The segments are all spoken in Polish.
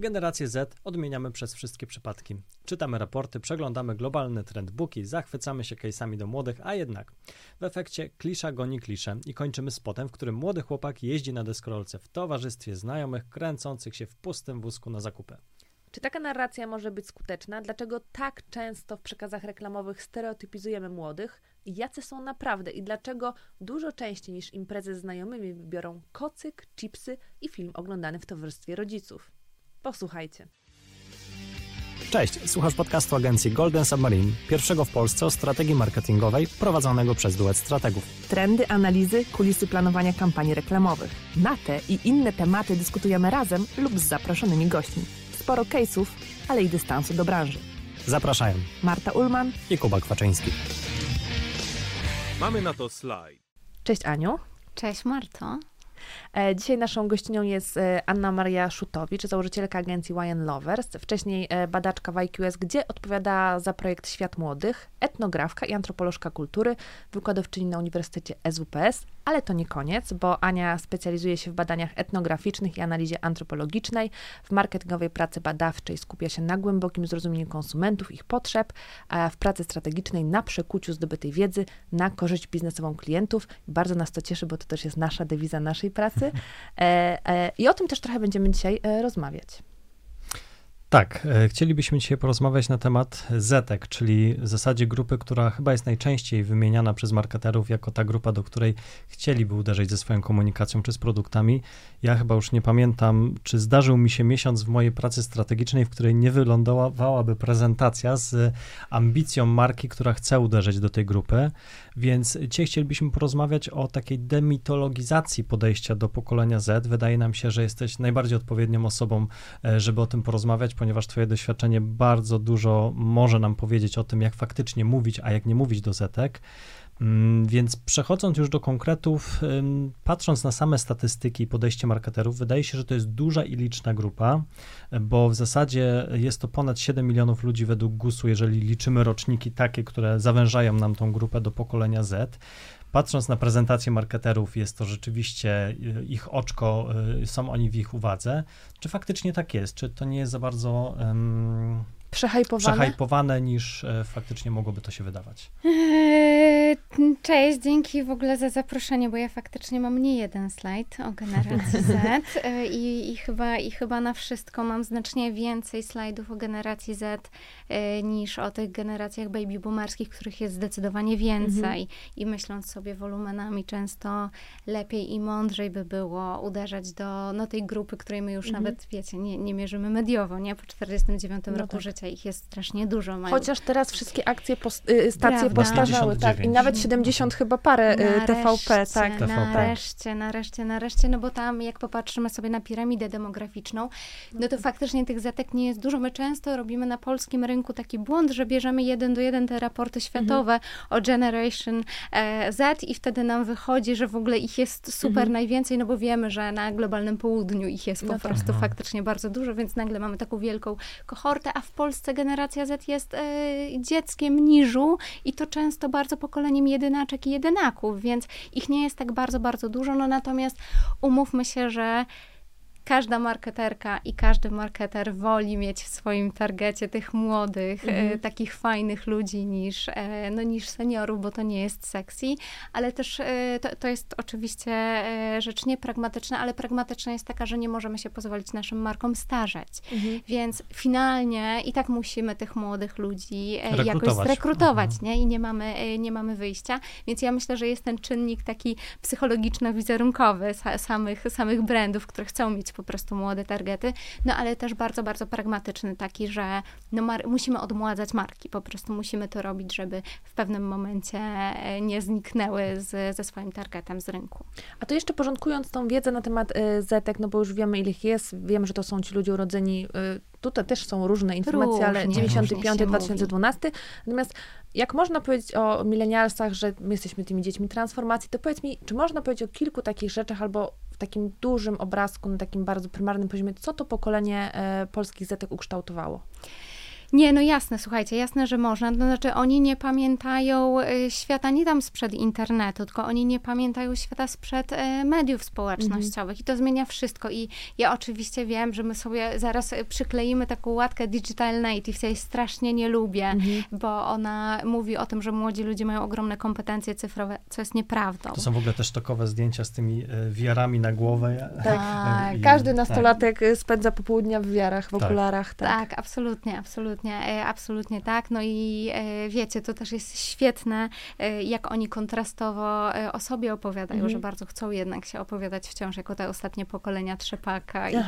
Generację Z odmieniamy przez wszystkie przypadki. Czytamy raporty, przeglądamy globalne trendbooki, zachwycamy się case'ami do młodych, a jednak w efekcie klisza goni kliszę i kończymy spotem, w którym młody chłopak jeździ na deskorolce w towarzystwie znajomych, kręcących się w pustym wózku na zakupy. Czy taka narracja może być skuteczna? Dlaczego tak często w przekazach reklamowych stereotypizujemy młodych? Jacy są naprawdę i dlaczego dużo częściej niż imprezy z znajomymi wybiorą kocyk, chipsy i film oglądany w towarzystwie rodziców? Posłuchajcie. Cześć, słuchasz podcastu agencji Golden Submarine, pierwszego w Polsce o strategii marketingowej prowadzonego przez duet strategów. Trendy, analizy, kulisy planowania kampanii reklamowych. Na te i inne tematy dyskutujemy razem lub z zaproszonymi gośćmi. Sporo case'ów, ale i dystansu do branży. Zapraszają Marta Ullman i Kuba Kwaczyński. Mamy na to slajd. Cześć Aniu. Cześć Marto. Dzisiaj naszą gościnią jest Anna Maria Szutowicz, założycielka agencji YN Lovers, wcześniej badaczka w IQS, gdzie odpowiada za projekt Świat Młodych, etnografka i antropolożka kultury, wykładowczyni na Uniwersytecie SWPS, ale to nie koniec, bo Ania specjalizuje się w badaniach etnograficznych i analizie antropologicznej, w marketingowej pracy badawczej skupia się na głębokim zrozumieniu konsumentów, ich potrzeb, a w pracy strategicznej na przekuciu zdobytej wiedzy na korzyść biznesową klientów. Bardzo nas to cieszy, bo to też jest nasza dewiza naszej pracy. I o tym też trochę będziemy dzisiaj rozmawiać. Tak, chcielibyśmy dzisiaj porozmawiać na temat Zetek, czyli w zasadzie grupy, która chyba jest najczęściej wymieniana przez marketerów jako ta grupa, do której chcieliby uderzyć ze swoją komunikacją czy z produktami. Ja chyba już nie pamiętam, czy zdarzył mi się miesiąc w mojej pracy strategicznej, w której nie wylądowałaby prezentacja z ambicją marki, która chce uderzyć do tej grupy, więc dzisiaj chcielibyśmy porozmawiać o takiej demitologizacji podejścia do pokolenia Z. Wydaje nam się, że jesteś najbardziej odpowiednią osobą, żeby o tym porozmawiać, ponieważ twoje doświadczenie bardzo dużo może nam powiedzieć o tym, jak faktycznie mówić, a jak nie mówić do Zetek. Więc przechodząc już do konkretów, patrząc na same statystyki i podejście marketerów, wydaje się, że to jest duża i liczna grupa, bo w zasadzie jest to ponad 7 milionów ludzi według GUS-u, jeżeli liczymy roczniki takie, które zawężają nam tą grupę do pokolenia Z. Patrząc na prezentację marketerów, jest to rzeczywiście ich oczko, są oni w ich uwadze. Czy faktycznie tak jest? Czy to nie jest za bardzo przehajpowane niż faktycznie mogłoby to się wydawać? Cześć, dzięki w ogóle za zaproszenie, bo ja faktycznie mam nie jeden slajd o generacji Z i chyba na wszystko mam znacznie więcej slajdów o generacji Z niż o tych generacjach baby boomerskich, których jest zdecydowanie więcej. I myśląc sobie wolumenami, często lepiej i mądrzej by było uderzać do tej grupy, której my już nawet, wiecie, nie mierzymy mediowo, nie? Po 49 roku życia ich jest strasznie dużo. Chociaż teraz wszystkie akcje, stacje postarzały, tak, i nawet 70 chyba parę TVP, tak. Nareszcie, no bo tam jak popatrzymy sobie na piramidę demograficzną, no to faktycznie tych zetek nie jest dużo. My często robimy na polskim rynku taki błąd, że bierzemy 1 do 1 te raporty światowe o Generation Z i wtedy nam wychodzi, że w ogóle ich jest super najwięcej, no bo wiemy, że na globalnym południu ich jest po prostu faktycznie bardzo dużo, więc nagle mamy taką wielką kohortę, a w Polsce generacja Z jest dzieckiem niżu i to często bardzo pokoleniem jedynaczek i jedynaków, więc ich nie jest tak bardzo, bardzo dużo, no natomiast umówmy się, że każda marketerka i każdy marketer woli mieć w swoim targecie tych młodych, takich fajnych ludzi niż seniorów, bo to nie jest sexy, ale też to jest oczywiście rzecz niepragmatyczna, ale pragmatyczna jest taka, że nie możemy się pozwolić naszym markom starzeć. Więc finalnie i tak musimy tych młodych ludzi jakoś zrekrutować, nie? I nie mamy wyjścia. Więc ja myślę, że jest ten czynnik taki psychologiczno-wizerunkowy samych brandów, które chcą mieć po prostu młode targety, no ale też bardzo, bardzo pragmatyczny taki, że musimy odmładzać marki, po prostu musimy to robić, żeby w pewnym momencie nie zniknęły ze swoim targetem z rynku. A to jeszcze porządkując tą wiedzę na temat Zetek, no bo już wiemy, ile ich jest, wiem, że to są ci ludzie urodzeni, tutaj też są różne informacje, ale 95, 2012, natomiast jak można powiedzieć o milenialsach, że my jesteśmy tymi dziećmi transformacji, to powiedz mi, czy można powiedzieć o kilku takich rzeczach albo w takim dużym obrazku, na takim bardzo prymarnym poziomie, co to pokolenie polskich Zetek ukształtowało? Nie, no jasne, słuchajcie, jasne, że można. To znaczy oni nie pamiętają świata nie tam sprzed internetu, tylko oni nie pamiętają świata sprzed mediów społecznościowych i to zmienia wszystko. I ja oczywiście wiem, że my sobie zaraz przykleimy taką łatkę digital native, ja jej strasznie nie lubię, bo ona mówi o tym, że młodzi ludzie mają ogromne kompetencje cyfrowe, co jest nieprawdą. To są w ogóle te sztokowe zdjęcia z tymi VR-ami na głowę. Tak. Każdy nastolatek spędza popołudnia w VR-ach, w okularach. Tak, absolutnie tak. No i wiecie, to też jest świetne, jak oni kontrastowo o sobie opowiadają, że bardzo chcą jednak się opowiadać wciąż jako te ostatnie pokolenia trzepaka i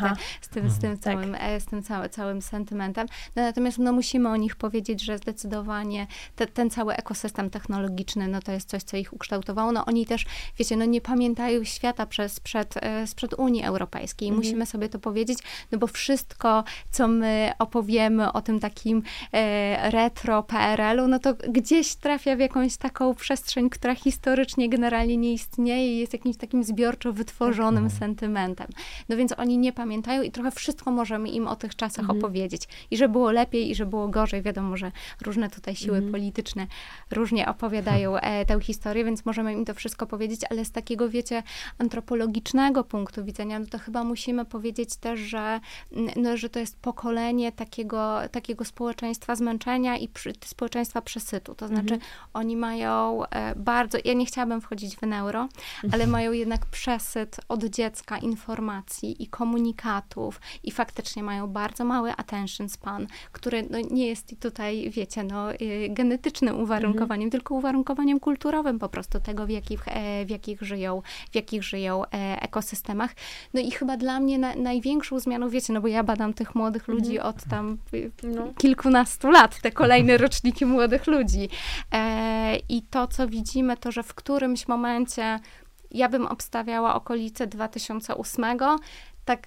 z tym całym sentymentem. No, natomiast musimy o nich powiedzieć, że zdecydowanie ten cały ekosystem technologiczny, no to jest coś, co ich ukształtowało. No oni też, wiecie, nie pamiętają świata sprzed Unii Europejskiej. Musimy sobie to powiedzieć, no bo wszystko, co my opowiemy o tym takim retro PRL-u, no to gdzieś trafia w jakąś taką przestrzeń, która historycznie generalnie nie istnieje i jest jakimś takim zbiorczo wytworzonym sentymentem. No więc oni nie pamiętają i trochę wszystko możemy im o tych czasach opowiedzieć. I że było lepiej, i że było gorzej. Wiadomo, że różne tutaj siły polityczne różnie opowiadają tę historię, więc możemy im to wszystko powiedzieć, ale z takiego, wiecie, antropologicznego punktu widzenia, no to chyba musimy powiedzieć też, że to jest pokolenie takiego społeczeństwa zmęczenia i społeczeństwa przesytu. To znaczy oni mają bardzo, ja nie chciałabym wchodzić w neuro, ale mają jednak przesyt od dziecka informacji i komunikatów i faktycznie mają bardzo mały attention span, który nie jest tutaj, wiecie, genetycznym uwarunkowaniem, tylko uwarunkowaniem kulturowym po prostu tego, w jakich żyją ekosystemach. No i chyba dla mnie największą zmianą, wiecie, bo ja badam tych młodych ludzi od tam kilkunastu lat, te kolejne roczniki młodych ludzi. I to, co widzimy, to, że w którymś momencie, ja bym obstawiała okolice 2008, tak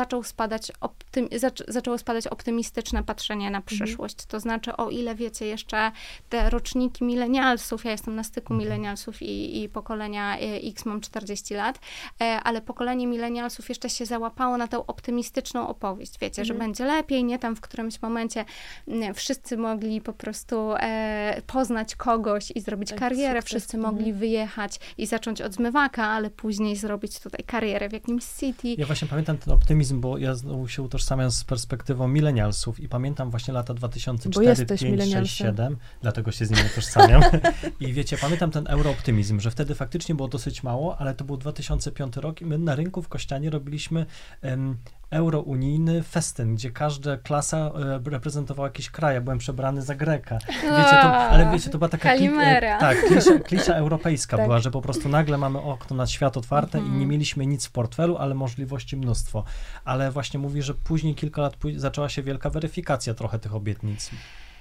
zaczęło spadać optymistyczne patrzenie na przyszłość. To znaczy, o ile wiecie, jeszcze te roczniki milenialsów, ja jestem na styku milenialsów i pokolenia X, mam 40 lat, ale pokolenie milenialsów jeszcze się załapało na tę optymistyczną opowieść. Wiecie, że będzie lepiej, nie? Tam w którymś momencie wszyscy mogli po prostu poznać kogoś i zrobić karierę, wszyscy mogli wyjechać i zacząć od zmywaka, ale później zrobić tutaj karierę w jakimś city. Ja właśnie pamiętam ten optymizm, bo ja znowu się utożsamiam z perspektywą milenialsów i pamiętam właśnie lata 2004, 5, 6, 7, dlatego się z nimi utożsamiam. I wiecie, pamiętam ten eurooptymizm, że wtedy faktycznie było dosyć mało, ale to był 2005 rok i my na rynku w Kościanie robiliśmy eurounijny festyn, gdzie każda klasa reprezentowała jakiś kraj. Ja byłem przebrany za Greka. Wiecie, to była taka klisza europejska była, że po prostu nagle mamy okno na świat otwarte i nie mieliśmy nic w portfelu, ale możliwości mnóstwo. Ale właśnie mówi, że później, kilka lat później, zaczęła się wielka weryfikacja trochę tych obietnic.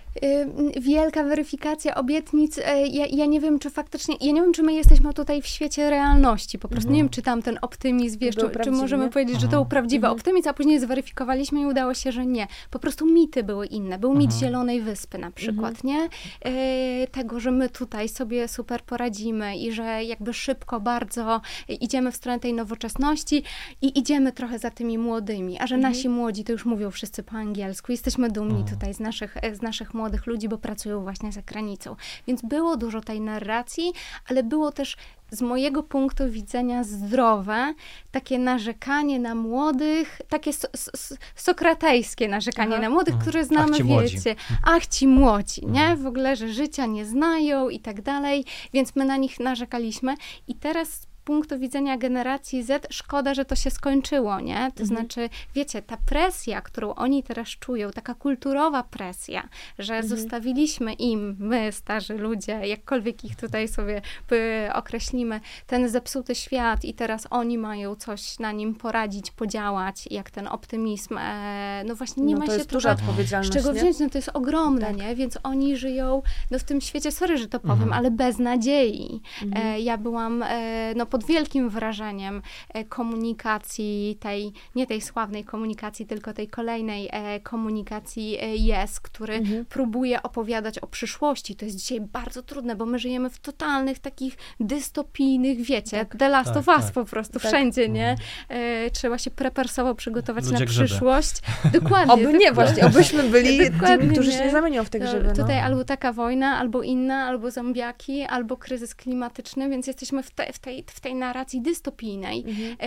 Wielka weryfikacja obietnic. Ja nie wiem, czy faktycznie, ja nie wiem, czy my jesteśmy tutaj w świecie realności. Po prostu nie wiem, czy tam ten optymizm, wiesz, czy możemy powiedzieć, że to był prawdziwy optymizm, a później zweryfikowaliśmy i udało się, że nie. Po prostu mity były inne. Był mit Zielonej Wyspy na przykład, nie? Tego, że my tutaj sobie super poradzimy i że jakby szybko bardzo idziemy w stronę tej nowoczesności i idziemy trochę za tymi młodymi, a że nasi młodzi to już mówią wszyscy po angielsku. Jesteśmy dumni tutaj z naszych młodych ludzi, bo pracują właśnie za granicą. Więc było dużo tej narracji, ale było też z mojego punktu widzenia zdrowe, takie narzekanie na młodych, takie sokratejskie narzekanie na młodych, które znamy, wiecie, ach ci młodzi, nie? W ogóle, że życia nie znają i tak dalej, więc my na nich narzekaliśmy i teraz punktu widzenia generacji Z, szkoda, że to się skończyło, nie? To znaczy, wiecie, ta presja, którą oni teraz czują, taka kulturowa presja, że zostawiliśmy im, my, starzy ludzie, jakkolwiek ich tutaj sobie określimy, ten zepsuty świat i teraz oni mają coś na nim poradzić, podziałać, jak ten optymizm, no właśnie nie ma się duża odpowiedzialność, z czego wziąć, no to jest ogromne, nie? Więc oni żyją, no w tym świecie, sorry, że to powiem, ale bez nadziei. Ja byłam, no pod wielkim wrażeniem komunikacji nie tej sławnej komunikacji, tylko tej kolejnej komunikacji który próbuje opowiadać o przyszłości. To jest dzisiaj bardzo trudne, bo my żyjemy w totalnych takich dystopijnych, wiecie, The Last of Us po prostu, wszędzie, nie? Trzeba się prepersowo przygotować Ludzie na grzyby. przyszłość. Dokładnie. Oby nie, właśnie, obyśmy byli tymi, którzy się nie nie zamienią w te grzyby. Tutaj albo taka wojna, albo inna, albo zombiaki, albo kryzys klimatyczny, więc jesteśmy w tej narracji dystopijnej.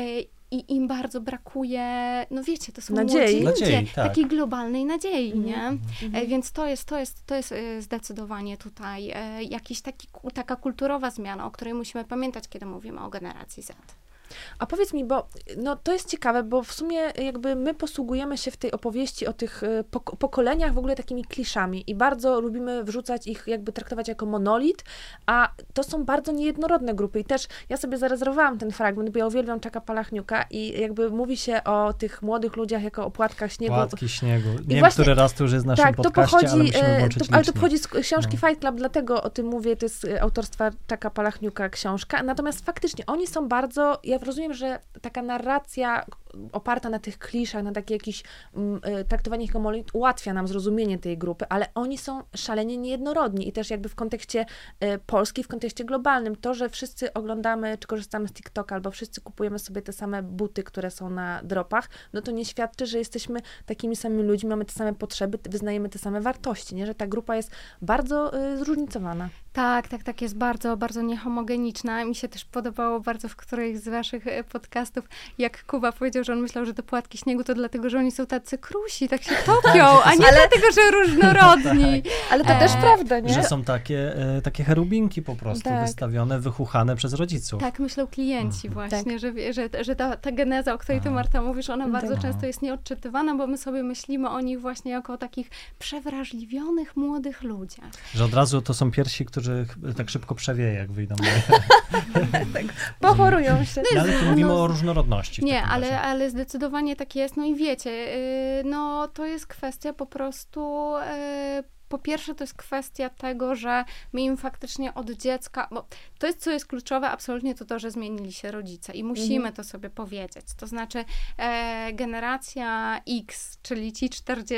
I im bardzo brakuje, no wiecie, to są młodzi ludzie, takiej globalnej nadziei, nie? Więc to jest zdecydowanie tutaj taka kulturowa zmiana, o której musimy pamiętać, kiedy mówimy o generacji Z. A powiedz mi, bo to jest ciekawe, bo w sumie jakby my posługujemy się w tej opowieści o tych pokoleniach w ogóle takimi kliszami i bardzo lubimy wrzucać ich, jakby traktować jako monolit, a to są bardzo niejednorodne grupy i też ja sobie zarezerwowałam ten fragment, bo ja uwielbiam Chucka Palahniuka i jakby mówi się o tych młodych ludziach jako o płatki śniegu. Płatki śniegu. Nie wiem, który raz to już jest w naszym podcaście, ale musimy włączyć ale to pochodzi z książki Fight Club, dlatego o tym mówię, to jest autorstwa Chucka Palahniuka książka, natomiast faktycznie oni są bardzo, ja rozumiem, że taka narracja oparta na tych kliszach, na takie jakieś traktowanie ich monolit ułatwia nam zrozumienie tej grupy, ale oni są szalenie niejednorodni i też jakby w kontekście Polski, w kontekście globalnym, to, że wszyscy oglądamy, czy korzystamy z TikToka, albo wszyscy kupujemy sobie te same buty, które są na dropach, no to nie świadczy, że jesteśmy takimi samymi ludźmi, mamy te same potrzeby, wyznajemy te same wartości, nie? Że ta grupa jest bardzo zróżnicowana. Tak, jest bardzo, bardzo niehomogeniczna. Mi się też podobało bardzo w którejś z waszych podcastów, jak Kuba powiedział, że on myślał, że te płatki śniegu to dlatego, że oni są tacy krusi, tak się topią, a nie dlatego, że różnorodni. Ale to też prawda, nie? Że są takie cherubinki po prostu wystawione, wychuchane przez rodziców. Tak myślą klienci właśnie, że ta geneza, o której ty, Marta, mówisz, ona bardzo często jest nieodczytywana, bo my sobie myślimy o nich właśnie jako o takich przewrażliwionych młodych ludziach. Że od razu to są pierwsi, którzy tak szybko przewieje, jak wyjdą. Tak, pochorują się. No, ale tu mówimy o różnorodności. Nie, ale zdecydowanie tak jest. No i wiecie, no to jest kwestia po prostu... Po pierwsze, to jest kwestia tego, że my im faktycznie od dziecka, bo to jest, co jest kluczowe, absolutnie to, że zmienili się rodzice i musimy to sobie powiedzieć. To znaczy generacja X, czyli ci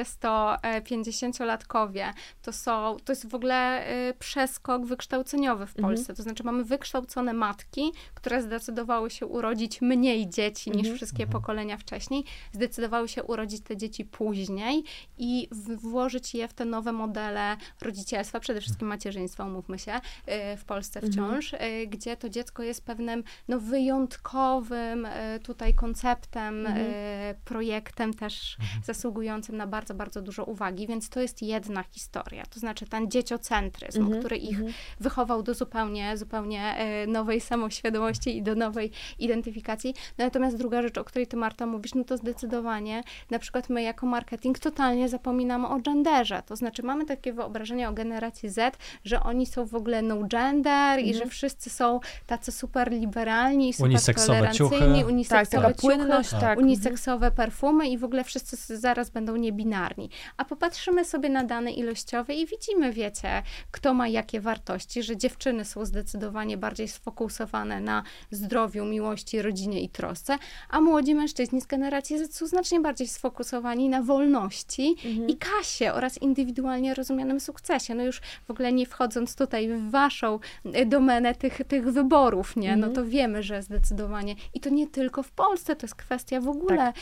40-50-latkowie, to jest w ogóle przeskok wykształceniowy w Polsce. To znaczy mamy wykształcone matki, które zdecydowały się urodzić mniej dzieci niż wszystkie pokolenia wcześniej, zdecydowały się urodzić te dzieci później i włożyć je w te nowe modele rodzicielstwa, przede wszystkim macierzyństwa, umówmy się, w Polsce wciąż, gdzie to dziecko jest pewnym wyjątkowym tutaj konceptem, projektem też zasługującym na bardzo, bardzo dużo uwagi, więc to jest jedna historia. To znaczy ten dzieciocentryzm, który ich wychował do zupełnie nowej samoświadomości i do nowej identyfikacji. No, natomiast druga rzecz, o której ty, Marta, mówisz, no to zdecydowanie na przykład my jako marketing totalnie zapominamy o genderze. To znaczy mamy takie wyobrażenie o generacji Z, że oni są w ogóle no gender i że wszyscy są tacy super liberalni i super tolerancyjni, uniseksowe płynność, uniseksowe perfumy i w ogóle wszyscy zaraz będą niebinarni. A popatrzymy sobie na dane ilościowe i widzimy, wiecie, kto ma jakie wartości, że dziewczyny są zdecydowanie bardziej sfokusowane na zdrowiu, miłości, rodzinie i trosce, a młodzi mężczyźni z generacji Z są znacznie bardziej sfokusowani na wolności i kasie oraz indywidualnie rozumianym sukcesie. No już w ogóle nie wchodząc tutaj w waszą domenę tych wyborów, nie? No to wiemy, że zdecydowanie i to nie tylko w Polsce, to jest kwestia w ogóle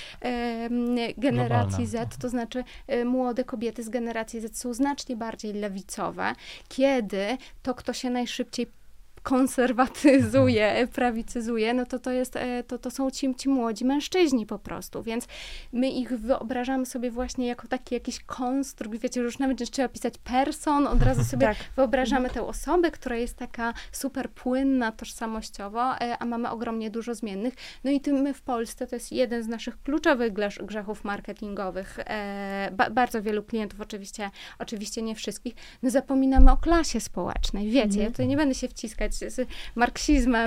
generacji Z, to znaczy młode kobiety z generacji Z są znacznie bardziej lewicowe, kiedy to, kto się najszybciej konserwatyzuje, prawicyzuje, no to są ci młodzi mężczyźni po prostu, więc my ich wyobrażamy sobie właśnie jako taki jakiś konstrukt, wiecie, że już nawet nie trzeba pisać person, od razu sobie wyobrażamy tę osobę, która jest taka super płynna tożsamościowo, a mamy ogromnie dużo zmiennych. No i my w Polsce, to jest jeden z naszych kluczowych grzechów marketingowych. Bardzo wielu klientów, oczywiście nie wszystkich, no zapominamy o klasie społecznej, wiecie, ja tutaj nie będę się wciskać z marksizmem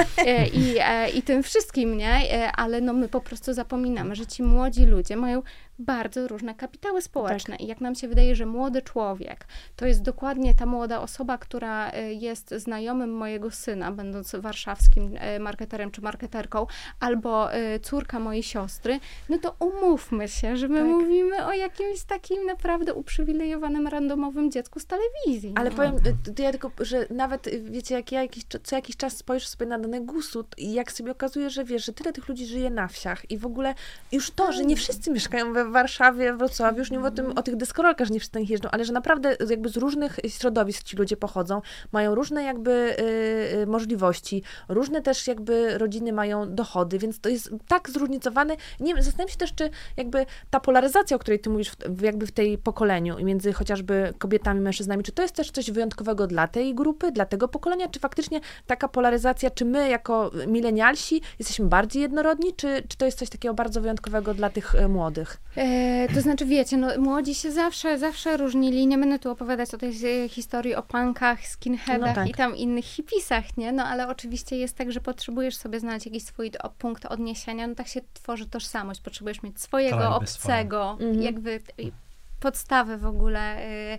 i tym wszystkim, nie? Ale no my po prostu zapominamy, że ci młodzi ludzie mają bardzo różne kapitały społeczne. I jak nam się wydaje, że młody człowiek to jest dokładnie ta młoda osoba, która jest znajomym mojego syna, będąc warszawskim marketerem czy marketerką, albo córka mojej siostry, no to umówmy się, że my mówimy o jakimś takim naprawdę uprzywilejowanym, randomowym dziecku z telewizji. Ale powiem, to ja tylko, że nawet, wiecie, jak ja co jakiś czas spojrzę sobie na dane GUS-u i jak sobie okazuje, że wiesz, że tyle tych ludzi żyje na wsiach i w ogóle już to, że nie wszyscy mieszkają we Warszawie, Wrocławiu, już nie mówię o tych deskorolkach, że nie wszyscy na nich jeżdżą, ale że naprawdę jakby z różnych środowisk ci ludzie pochodzą, mają różne jakby możliwości, różne też jakby rodziny mają dochody, więc to jest tak zróżnicowane. Nie wiem, zastanawiam się też, czy jakby ta polaryzacja, o której ty mówisz jakby w tej pokoleniu i między chociażby kobietami, mężczyznami, czy to jest też coś wyjątkowego dla tej grupy, dla tego pokolenia, czy faktycznie taka polaryzacja, czy my jako milenialsi jesteśmy bardziej jednorodni, czy to jest coś takiego bardzo wyjątkowego dla tych młodych? To znaczy, wiecie, no, młodzi się zawsze różnili. Nie będę tu opowiadać o tej historii o punkach, skinheadach i tam innych hipisach, nie? No, ale oczywiście jest tak, że potrzebujesz sobie znaleźć jakiś swój punkt odniesienia. No tak się tworzy tożsamość. Potrzebujesz mieć swojego, obcego, jakby podstawy w ogóle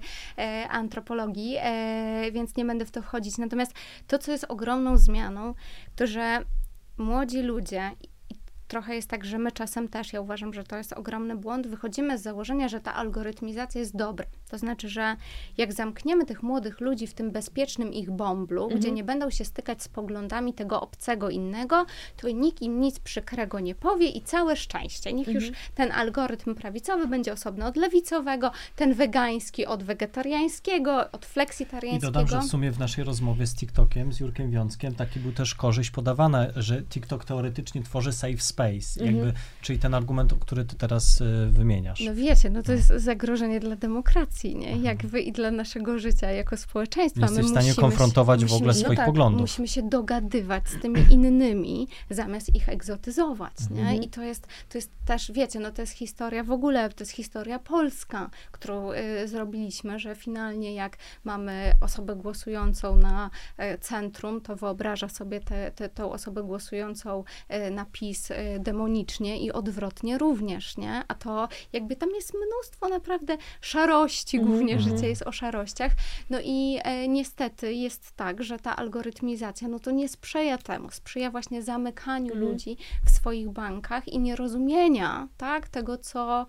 antropologii, więc nie będę w to wchodzić. Natomiast to, co jest ogromną zmianą, to, że młodzi ludzie, trochę jest tak, że my czasem też, ja uważam, że to jest ogromny błąd, wychodzimy z założenia, że ta algorytmizacja jest dobra. To znaczy, że jak zamkniemy tych młodych ludzi w tym bezpiecznym ich bąblu, gdzie nie będą się stykać z poglądami tego obcego innego, to nikt im nic przykrego nie powie i całe szczęście. Niech już ten algorytm prawicowy będzie osobny od lewicowego, ten wegański od wegetariańskiego, od fleksitariańskiego. I dodam, że w sumie w naszej rozmowie z TikTokiem, z Jurkiem Wiąckiem, taki był też korzyść podawana, że TikTok teoretycznie tworzy safe space, jakby, czyli ten argument, który ty teraz wymieniasz. No wiecie, no to jest zagrożenie dla demokracji, nie? Jakby i dla naszego życia jako społeczeństwa. Nie jesteś w stanie konfrontować w ogóle swoich poglądów. Musimy się dogadywać z tymi innymi, zamiast ich egzotyzować, nie? I to jest też, wiecie, no to jest historia w ogóle, to jest historia polska, którą zrobiliśmy, że finalnie jak mamy osobę głosującą na centrum, to wyobraża sobie tą osobę głosującą na PiS demonicznie i odwrotnie również, nie? A to jakby tam jest mnóstwo naprawdę szarości, głównie życie jest o szarościach. No i niestety jest tak, że ta algorytmizacja, no to nie sprzyja temu, sprzyja właśnie zamykaniu ludzi w swoich bankach i nierozumienia, tak, tego, co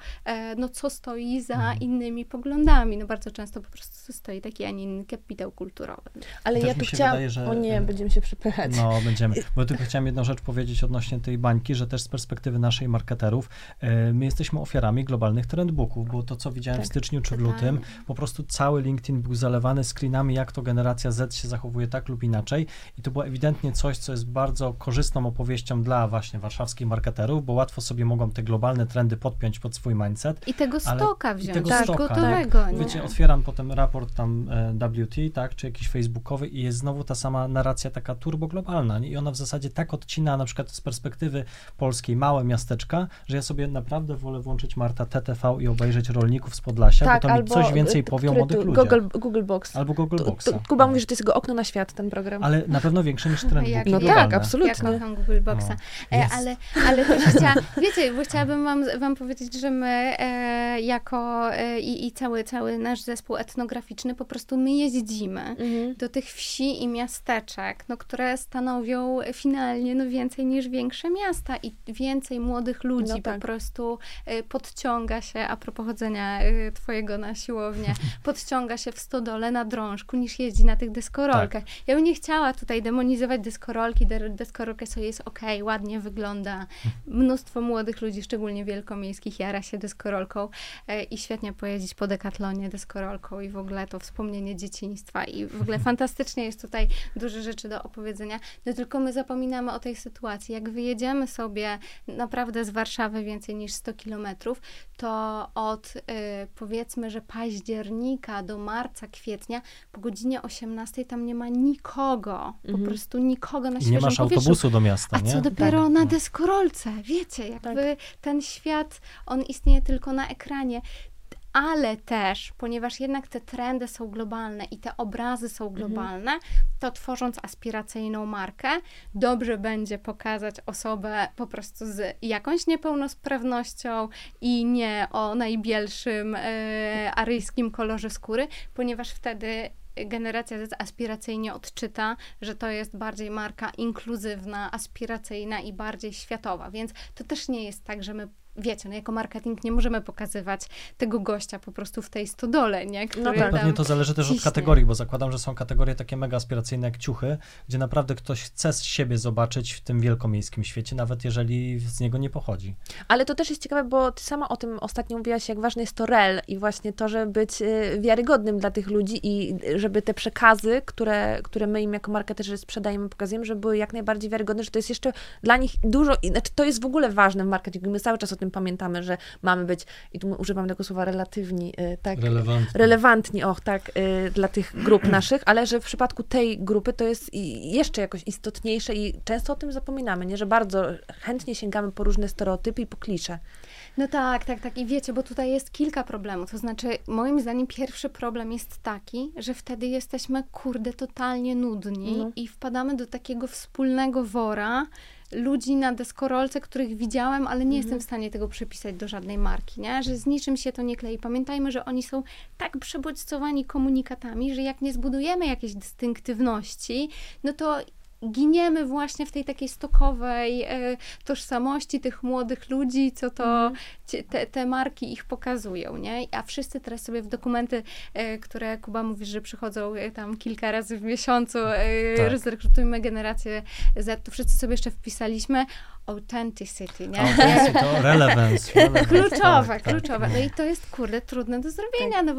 stoi za innymi poglądami. No bardzo często po prostu stoi taki, a nie inny kapitał kulturowy. Ale też ja tu chciałam... wydaje, że... O nie, będziemy się przepychać. No, będziemy. Bo tylko chciałam jedną rzecz powiedzieć odnośnie tej bańki, że też z perspektywy naszej marketerów, my jesteśmy ofiarami globalnych trendbooków, bo to, co widziałem w styczniu czy w lutym, po prostu cały LinkedIn był zalewany screenami, jak to generacja Z się zachowuje tak lub inaczej i to było ewidentnie coś, co jest bardzo korzystną opowieścią dla właśnie warszawskich marketerów, bo łatwo sobie mogą te globalne trendy podpiąć pod swój mindset. I tego stoka wziąć, tego stoka, gotowego. Tak. Wiecie, otwieram potem raport tam WT, tak, czy jakiś facebookowy i jest znowu ta sama narracja taka turboglobalna, nie? I ona w zasadzie tak odcina na przykład z perspektywy polskiej małe miasteczka, że ja sobie naprawdę wolę włączyć Marta TTV i obejrzeć Rolników z Podlasia, tak, bo to mi coś więcej powie o młodych ludziach. Google Box. Albo Google Boxa. Kuba mówi, że to jest jego okno na świat, ten program. Ale na pewno większy niż trendbook. No tak, absolutnie. Ja kocham Google Boxa. Ale też chciałabym wam powiedzieć, że my jako i cały nasz zespół etnograficzny, po prostu my jeździmy do tych wsi i miasteczek, no, które stanowią finalnie więcej niż większe miasta i więcej młodych ludzi po prostu podciąga się, a propos chodzenia twojego na siłownię, podciąga się w stodole na drążku, niż jeździ na tych deskorolkach. Tak. Ja bym nie chciała tutaj demonizować deskorolki, deskorolka sobie jest okej, ładnie wygląda. Mnóstwo młodych ludzi, szczególnie wielkomiejskich, jara się deskorolką i świetnie pojeździć po Decathlonie deskorolką i w ogóle to wspomnienie dzieciństwa i w ogóle fantastycznie jest tutaj dużo rzeczy do opowiedzenia. No tylko my zapominamy o tej sytuacji. Jak wyjedziemy sobie naprawdę z Warszawy więcej niż 100 kilometrów, to od powiedzmy, że października do marca, kwietnia, po godzinie 18 tam nie ma nikogo. Po prostu nikogo na świeżym nie masz powietrzu. autobusu do miasta, nie? A co dopiero na deskorolce. Wiecie, jakby ten świat, on istnieje tylko na ekranie. ale też, ponieważ jednak te trendy są globalne i te obrazy są globalne, to tworząc aspiracyjną markę, dobrze będzie pokazać osobę po prostu z jakąś niepełnosprawnością i nie o najbielszym aryjskim kolorze skóry, ponieważ wtedy generacja Z aspiracyjnie odczyta, że to jest bardziej marka inkluzywna, aspiracyjna i bardziej światowa, więc to też nie jest tak, że my wiecie, no jako marketing nie możemy pokazywać tego gościa po prostu w tej stodole, nie? Który No tak, pewnie to zależy też od kategorii, bo zakładam, że są kategorie takie mega aspiracyjne jak ciuchy, gdzie naprawdę ktoś chce z siebie zobaczyć w tym wielkomiejskim świecie, nawet jeżeli z niego nie pochodzi. Ale to też jest ciekawe, bo ty sama o tym ostatnio mówiłaś, jak ważny jest to rel i właśnie to, żeby być wiarygodnym dla tych ludzi i żeby te przekazy, które my im jako marketerzy sprzedajemy, pokazujemy, żeby były jak najbardziej wiarygodne, że to jest jeszcze dla nich dużo, znaczy to jest w ogóle ważne w marketingu. My cały czas o tym pamiętamy, że mamy być, i tu używam tego słowa relatywni, tak, relevantni, dla tych grup naszych, ale że w przypadku tej grupy to jest jeszcze jakoś istotniejsze i często o tym zapominamy, nie? Że bardzo chętnie sięgamy po różne stereotypy i po klisze. No tak. I wiecie, bo tutaj jest kilka problemów. To znaczy, moim zdaniem pierwszy problem jest taki, że wtedy jesteśmy, totalnie nudni i wpadamy do takiego wspólnego wora ludzi na deskorolce, których widziałem, ale nie jestem w stanie tego przypisać do żadnej marki, nie? Że z niczym się to nie klei. Pamiętajmy, że oni są tak przebodźcowani komunikatami, że jak nie zbudujemy jakiejś dystynktywności, no to giniemy właśnie w tej takiej stokowej tożsamości tych młodych ludzi, co to te marki ich pokazują, nie? A wszyscy teraz sobie w dokumenty, które Kuba mówisz, że przychodzą tam kilka razy w miesiącu, zrekrutujmy generację Z, to wszyscy sobie jeszcze wpisaliśmy authenticity, nie? To relevance. Kluczowe. No i to jest, trudne do zrobienia, no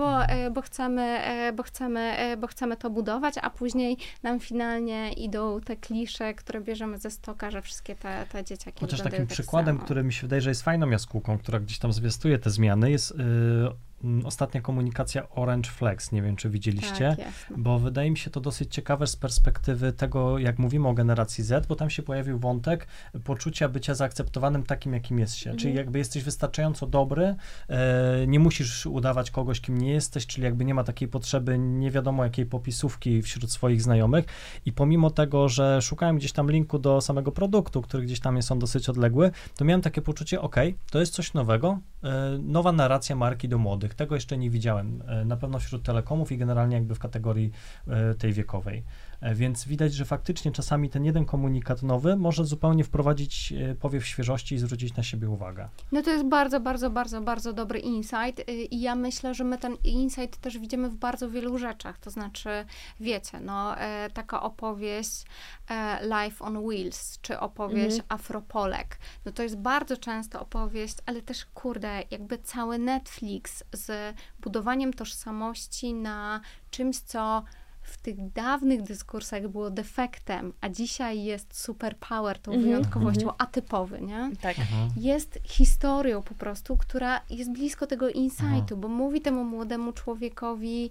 bo chcemy to budować, a później nam finalnie idą te klisze, które bierzemy ze stoka, że wszystkie te dzieciaki Chociaż takim tak przykładem, który mi się wydaje, że jest fajną jaskółką, która gdzieś tam zwiastuje te zmiany, jest ostatnia komunikacja Orange Flex. Nie wiem, czy widzieliście, bo wydaje mi się to dosyć ciekawe z perspektywy tego, jak mówimy o generacji Z, bo tam się pojawił wątek poczucia bycia zaakceptowanym takim, jakim jest się. Czyli jakby jesteś wystarczająco dobry, nie musisz udawać kogoś, kim nie jesteś, czyli jakby nie ma takiej potrzeby nie wiadomo jakiej popisówki wśród swoich znajomych i pomimo tego, że szukałem gdzieś tam linku do samego produktu, który gdzieś tam jest on dosyć odległy, to miałem takie poczucie, to jest coś nowego, nowa narracja marki do młodych. Tego jeszcze nie widziałem. Na pewno wśród telekomów i generalnie jakby w kategorii tej wiekowej. Więc widać, że faktycznie czasami ten jeden komunikat nowy może zupełnie wprowadzić powiew świeżości i zwrócić na siebie uwagę. No to jest bardzo, bardzo, bardzo, bardzo dobry insight i ja myślę, że my ten insight też widzimy w bardzo wielu rzeczach. To znaczy, wiecie, taka opowieść Life on Wheels, czy opowieść Afropolek. No to jest bardzo często opowieść, ale też, jakby cały Netflix z budowaniem tożsamości na czymś, co w tych dawnych dyskursach było defektem, a dzisiaj jest superpower, tą wyjątkowością, atypowy, nie? Tak. Jest historią po prostu, która jest blisko tego insightu, bo mówi temu młodemu człowiekowi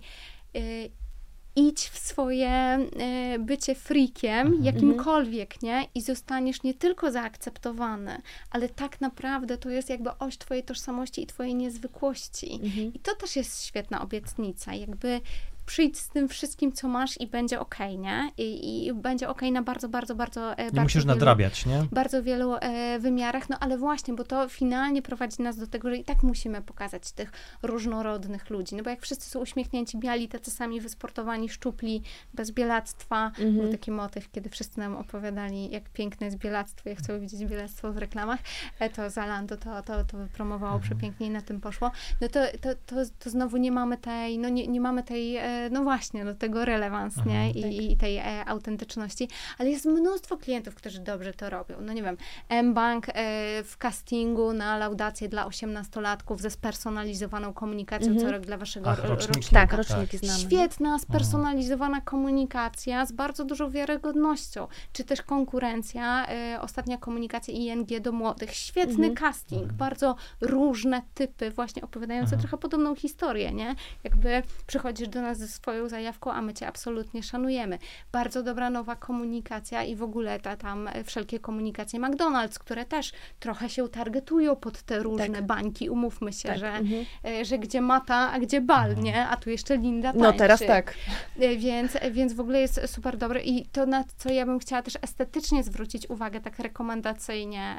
idź w swoje bycie freakiem, jakimkolwiek, nie? I zostaniesz nie tylko zaakceptowany, ale tak naprawdę to jest jakby oś twojej tożsamości i twojej niezwykłości. I to też jest świetna obietnica, jakby przyjdź z tym wszystkim, co masz i będzie okej, nie? I będzie okej na bardzo, bardzo, bardzo... Nie musisz nadrabiać, nie? Bardzo wielu wymiarach, no ale właśnie, bo to finalnie prowadzi nas do tego, że i tak musimy pokazać tych różnorodnych ludzi, no bo jak wszyscy są uśmiechnięci, biali, tacy sami wysportowani, szczupli, bez bielactwa. Był taki motyw, kiedy wszyscy nam opowiadali, jak piękne jest bielactwo, jak chcą widzieć bielactwo w reklamach, to Zalando to wypromowało przepięknie i na tym poszło. No to znowu nie mamy tej, nie mamy tej tego relevans, nie? I tej autentyczności, ale jest mnóstwo klientów, którzy dobrze to robią. No nie wiem, mBank w castingu na laudację dla 18-latków ze spersonalizowaną komunikacją co rok dla waszego rocznika. Tak, roczniki znamy. Świetna, spersonalizowana komunikacja z bardzo dużą wiarygodnością. Czy też konkurencja, ostatnia komunikacja ING do młodych. Świetny casting, bardzo różne typy, właśnie opowiadające trochę podobną historię, nie? Jakby przychodzisz do nas ze swoją zajawką, a my cię absolutnie szanujemy. Bardzo dobra nowa komunikacja i w ogóle tam wszelkie komunikacje McDonald's, które też trochę się targetują pod te różne bańki, umówmy się, że gdzie Mata, a gdzie bal, nie? A tu jeszcze Linda tańczy. No teraz tak. Więc w ogóle jest super dobre i to, na co ja bym chciała też estetycznie zwrócić uwagę, tak rekomendacyjnie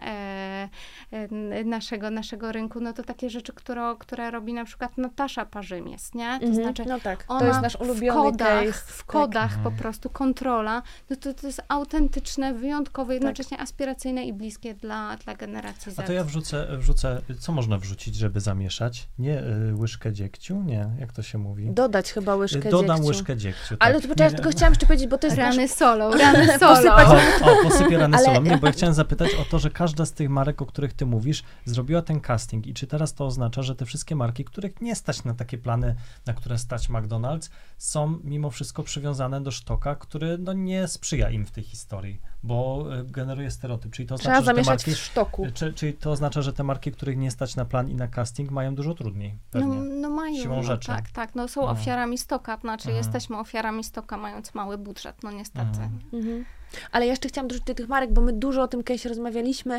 naszego rynku, no to takie rzeczy, które robi na przykład Natasza Parzymies, nie? To znaczy no tak, ona to jest nasz ulubiony case. W kodach po prostu kontrola, no to jest autentyczne, wyjątkowe, jednocześnie aspiracyjne i bliskie dla generacji Z. A to ja wrzucę, co można wrzucić, żeby zamieszać? Nie łyżkę dziegciu? Nie, jak to się mówi? Dodać chyba łyżkę dziegciu. Dodam łyżkę dziegciu. Ale to poczekaj, tylko chciałam jeszcze powiedzieć, bo to jest rany solą. Posypię rany solą. Nie, bo ja chciałem zapytać o to, że każda z tych marek, o których ty mówisz, zrobiła ten casting i czy teraz to oznacza, że te wszystkie marki, których nie stać na takie plany, na które stać McDonald's, są mimo wszystko przywiązane do sztoka, który nie sprzyja im w tej historii, bo generuje stereotyp. Czyli to trzeba oznacza, zamieszać że te marki, w sztoku. Czyli to oznacza, że te marki, których nie stać na plan i na casting, mają dużo trudniej. Pewnie. No mają. Siłą rzeczy. Tak. Są ofiarami stoka, znaczy jesteśmy ofiarami stoka, mając mały budżet, no niestety. Ale ja jeszcze chciałam dorzucić do tych marek, bo my dużo o tym case'ie rozmawialiśmy.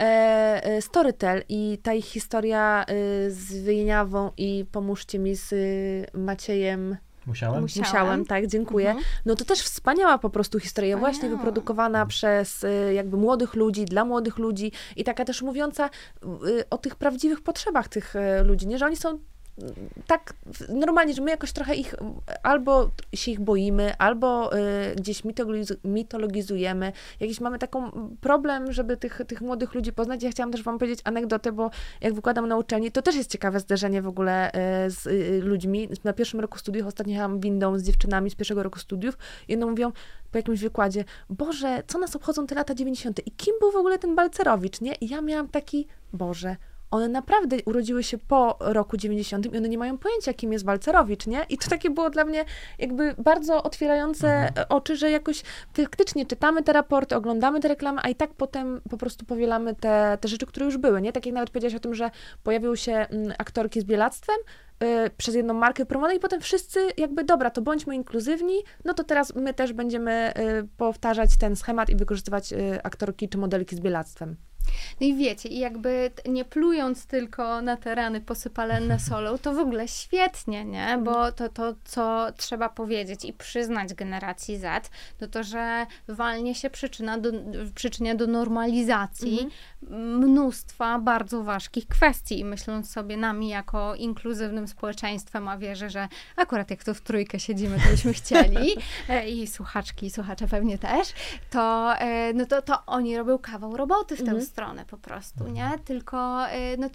Storytel i ta ich historia z Wyjeniawą i pomóżcie mi z Maciejem. Musiałem, tak, dziękuję. No to też wspaniała po prostu historia, właśnie wyprodukowana przez jakby młodych ludzi, dla młodych ludzi i taka też mówiąca o tych prawdziwych potrzebach tych ludzi, nie, że oni są tak normalnie, że my jakoś trochę ich albo się ich boimy, albo gdzieś mitologizujemy. Jakiś mamy taką problem, żeby tych młodych ludzi poznać. Ja chciałam też wam powiedzieć anegdotę, bo jak wykładam na uczelni, to też jest ciekawe zderzenie w ogóle z ludźmi. Na pierwszym roku studiów, ostatnio jechałam windą z dziewczynami z pierwszego roku studiów i jedną mówią po jakimś wykładzie, Boże, co nas obchodzą te lata 90. I kim był w ogóle ten Balcerowicz, nie? I ja miałam taki, Boże, one naprawdę urodziły się po roku 90 i one nie mają pojęcia, kim jest Balcerowicz, nie? I to takie było dla mnie jakby bardzo otwierające oczy, że jakoś faktycznie czytamy te raporty, oglądamy te reklamy, a i tak potem po prostu powielamy te rzeczy, które już były, nie? Tak jak nawet powiedziałaś o tym, że pojawiły się aktorki z bielactwem, przez jedną markę promowanej i potem wszyscy jakby, dobra, to bądźmy inkluzywni, no to teraz my też będziemy powtarzać ten schemat i wykorzystywać aktorki czy modelki z bielactwem. No i wiecie, i jakby nie plując tylko na te rany posypane solą, to w ogóle świetnie, nie? Bo to, co trzeba powiedzieć i przyznać generacji Z, no to, że walnie się przyczynia do normalizacji mnóstwa bardzo ważkich kwestii i myśląc sobie nami jako inkluzywnym społeczeństwem, a wierzę, że akurat jak to w trójkę siedzimy, to byśmy chcieli i słuchaczki i słuchacze pewnie też, to oni robią kawał roboty w tę stronę po prostu, nie? Tylko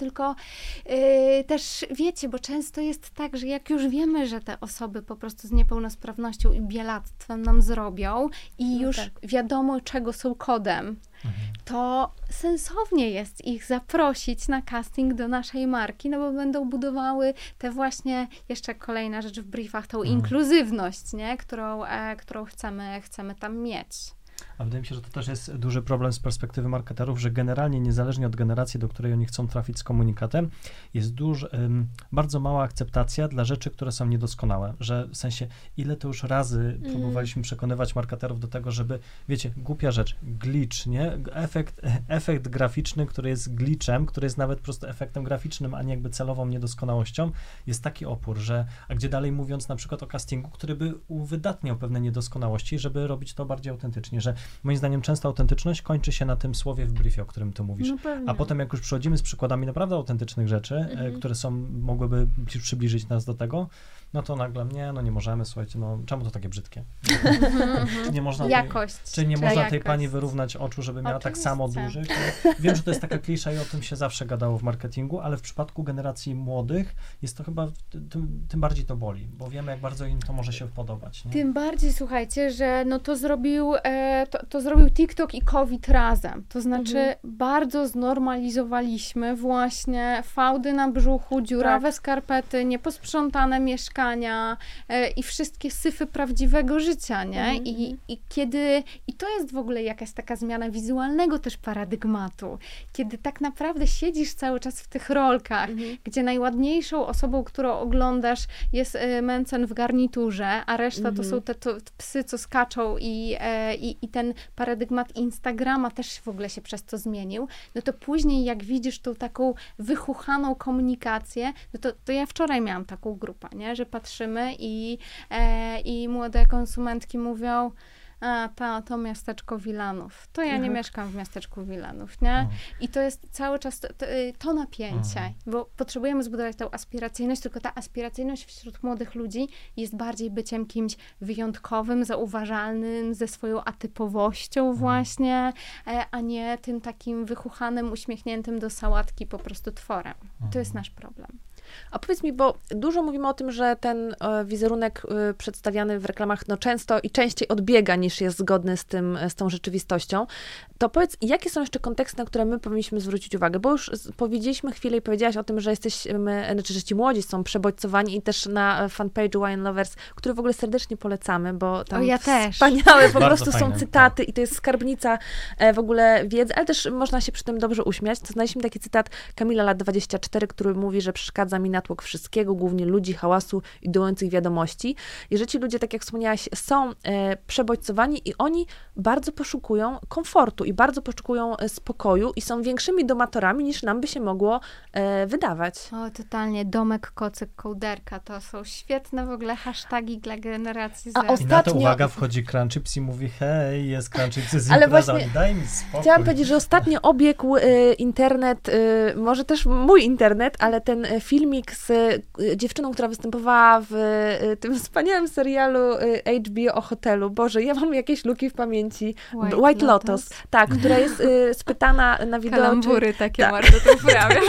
też wiecie, bo często jest tak, że jak już wiemy, że te osoby po prostu z niepełnosprawnością i bielactwem nam zrobią i już wiadomo, czego są kodem, to sensownie jest ich zaprosić na casting do naszej marki, no bo będą budowały te właśnie, jeszcze kolejna rzecz w briefach, tą inkluzywność, nie? Którą chcemy tam mieć. A wydaje mi się, że to też jest duży problem z perspektywy marketerów, że generalnie niezależnie od generacji, do której oni chcą trafić z komunikatem, jest bardzo mała akceptacja dla rzeczy, które są niedoskonałe. Że w sensie, ile to już razy próbowaliśmy przekonywać marketerów do tego, żeby, wiecie, głupia rzecz, glitch, nie? Efekt graficzny, który jest glitchem, który jest nawet po prostu efektem graficznym, a nie jakby celową niedoskonałością, jest taki opór, a gdzie dalej mówiąc na przykład o castingu, który by uwydatniał pewne niedoskonałości, żeby robić to bardziej autentycznie, że moim zdaniem często autentyczność kończy się na tym słowie w briefie, o którym ty mówisz. A potem jak już przychodzimy z przykładami naprawdę autentycznych rzeczy, które mogłyby przybliżyć nas do tego, no to nagle nie możemy, słuchajcie, czemu to takie brzydkie? Czy nie można tej pani wyrównać oczu, żeby miała tak samo duży? Wiem, że to jest taka klisza i o tym się zawsze gadało w marketingu, ale w przypadku generacji młodych jest to chyba, tym bardziej to boli, bo wiemy, jak bardzo im to może się podobać. Nie? Tym bardziej, słuchajcie, że to zrobił, to zrobił TikTok i COVID razem. To znaczy bardzo znormalizowaliśmy właśnie fałdy na brzuchu, dziurawe skarpety, nieposprzątane mieszkania i wszystkie syfy prawdziwego życia, nie? I to jest w ogóle jakaś taka zmiana wizualnego też paradygmatu. Kiedy tak naprawdę siedzisz cały czas w tych rolkach, gdzie najładniejszą osobą, którą oglądasz, jest Mencen w garniturze, a reszta to są te psy, co skaczą i ten paradygmat Instagrama też w ogóle się przez to zmienił, no to później jak widzisz tą taką wychuchaną komunikację, no to ja wczoraj miałam taką grupę, nie? Że patrzymy i młode konsumentki mówią, to miasteczko Wilanów. To ja nie mieszkam w miasteczku Wilanów, nie? I to jest cały czas to napięcie, bo potrzebujemy zbudować tą aspiracyjność, tylko ta aspiracyjność wśród młodych ludzi jest bardziej byciem kimś wyjątkowym, zauważalnym, ze swoją atypowością właśnie, a nie tym takim wychuchanym, uśmiechniętym do sałatki po prostu tworem. To jest nasz problem. A powiedz mi, bo dużo mówimy o tym, że ten wizerunek przedstawiany w reklamach no często i częściej odbiega niż jest zgodny z tą rzeczywistością. To powiedz, jakie są jeszcze konteksty, na które my powinniśmy zwrócić uwagę? Bo już powiedzieliśmy chwilę i powiedziałaś o tym, że że ci młodzi są przebodźcowani i też na fanpage'u Wine Lovers, który w ogóle serdecznie polecamy, bo tam wspaniałe po prostu są cytaty i to jest skarbnica w ogóle wiedzy, ale też można się przy tym dobrze uśmiać. To znaleźliśmy taki cytat Kamila lat 24, który mówi, że przeszkadza mi natłok wszystkiego, głównie ludzi, hałasu i dołących wiadomości. I że ci ludzie, tak jak wspomniałaś, są przebodźcowani i oni bardzo poszukują komfortu i bardzo poszukują spokoju i są większymi domatorami, niż nam by się mogło wydawać. O, totalnie. Domek, kocyk, kołderka. To są świetne w ogóle hasztagi dla generacji Z. I na to uwaga, wchodzi Crunchips i mówi, hej, jest Crunchips z ale imprezą, właśnie daj mi spokój. Chciałam powiedzieć, że ostatnio obiegł internet, może też mój internet, ale ten filmik z dziewczyną, która występowała w tym wspaniałym serialu HBO o hotelu. Boże, ja mam jakieś luki w pamięci. White Lotus. Tak, która jest spytana na wideo. Kalambury takie bardzo to uprawia.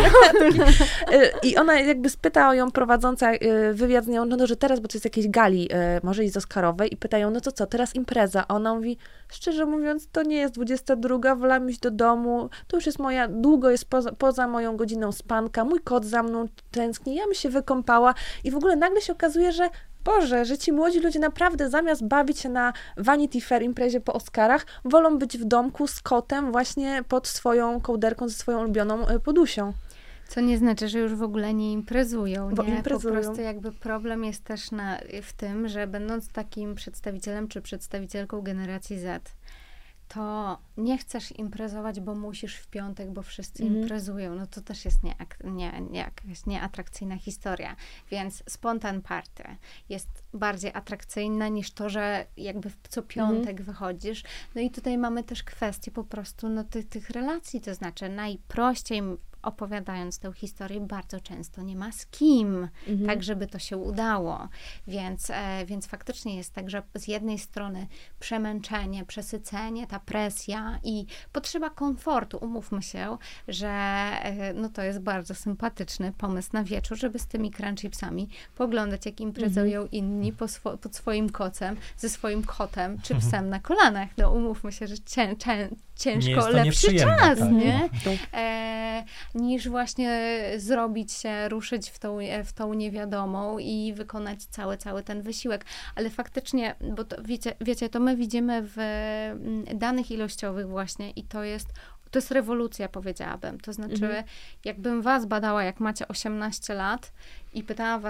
I ona jakby spyta ją prowadząca wywiad z nią, no że teraz, bo to jest jakiejś gali, może i z Oscarowej, i pytają, no to co, teraz impreza. A ona mówi, szczerze mówiąc, to nie jest 22, wolałam iść do domu, to już jest długo jest poza moją godziną spanka, mój kot za mną tęskni, ja bym się wykąpała i w ogóle nagle się okazuje, że Boże, że ci młodzi ludzie naprawdę zamiast bawić się na Vanity Fair imprezie po Oscarach, wolą być w domku z kotem właśnie pod swoją kołderką ze swoją ulubioną podusią. Co nie znaczy, że już w ogóle nie imprezują, nie? Imprezują. Po prostu jakby problem jest też w tym, że będąc takim przedstawicielem czy przedstawicielką generacji Z, to nie chcesz imprezować, bo musisz w piątek, bo wszyscy imprezują. No to też jest jakaś nieatrakcyjna historia. Więc spontan party jest bardziej atrakcyjna niż to, że jakby co piątek wychodzisz. No i tutaj mamy też kwestię po prostu tych relacji, to znaczy najprościej opowiadając tę historię, bardzo często nie ma z kim, tak żeby to się udało. Więc faktycznie jest tak, że z jednej strony przemęczenie, przesycenie, ta presja i potrzeba komfortu. Umówmy się, że no to jest bardzo sympatyczny pomysł na wieczór, żeby z tymi crunchipsami poglądać, jak imprezują inni pod swoim kocem, ze swoim kotem, czy psem na kolanach. No umówmy się, że ciężko lepszy czas, tak, nie? Niż właśnie zrobić się, ruszyć w tą niewiadomą i wykonać cały ten wysiłek. Ale faktycznie, bo to, wiecie, to my widzimy w danych ilościowych właśnie i to jest rewolucja, powiedziałabym. To znaczy, jakbym was badała, jak macie 18 lat i pytałabym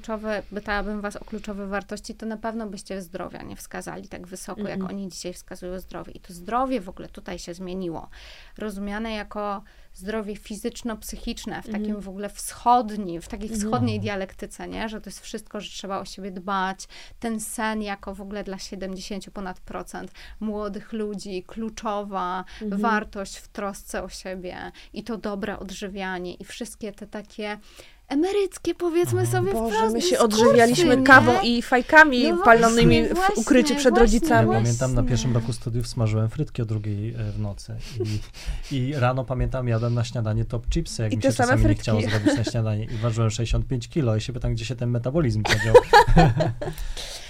was o kluczowe wartości, to na pewno byście zdrowia nie wskazali tak wysoko, jak oni dzisiaj wskazują zdrowie. I to zdrowie w ogóle tutaj się zmieniło. Rozumiane jako zdrowie fizyczno-psychiczne, w takim w ogóle w takiej wschodniej dialektyce, nie? Że to jest wszystko, że trzeba o siebie dbać. Ten sen jako w ogóle dla 70% ponad młodych ludzi, kluczowa wartość w trosce o siebie i to dobre odżywianie i wszystkie te takie emeryckie, powiedzmy sobie wprost, my się odżywialiśmy kawą i fajkami palonymi w ukryciu przed rodzicami. Ja pamiętam, na pierwszym roku studiów smażyłem frytki o 2 w nocy i rano pamiętam, jadłem na śniadanie top chipsy, jak mi się czasami nie chciało zrobić na śniadanie i ważyłem 65 kilo i się pytam, gdzie się ten metabolizm podział.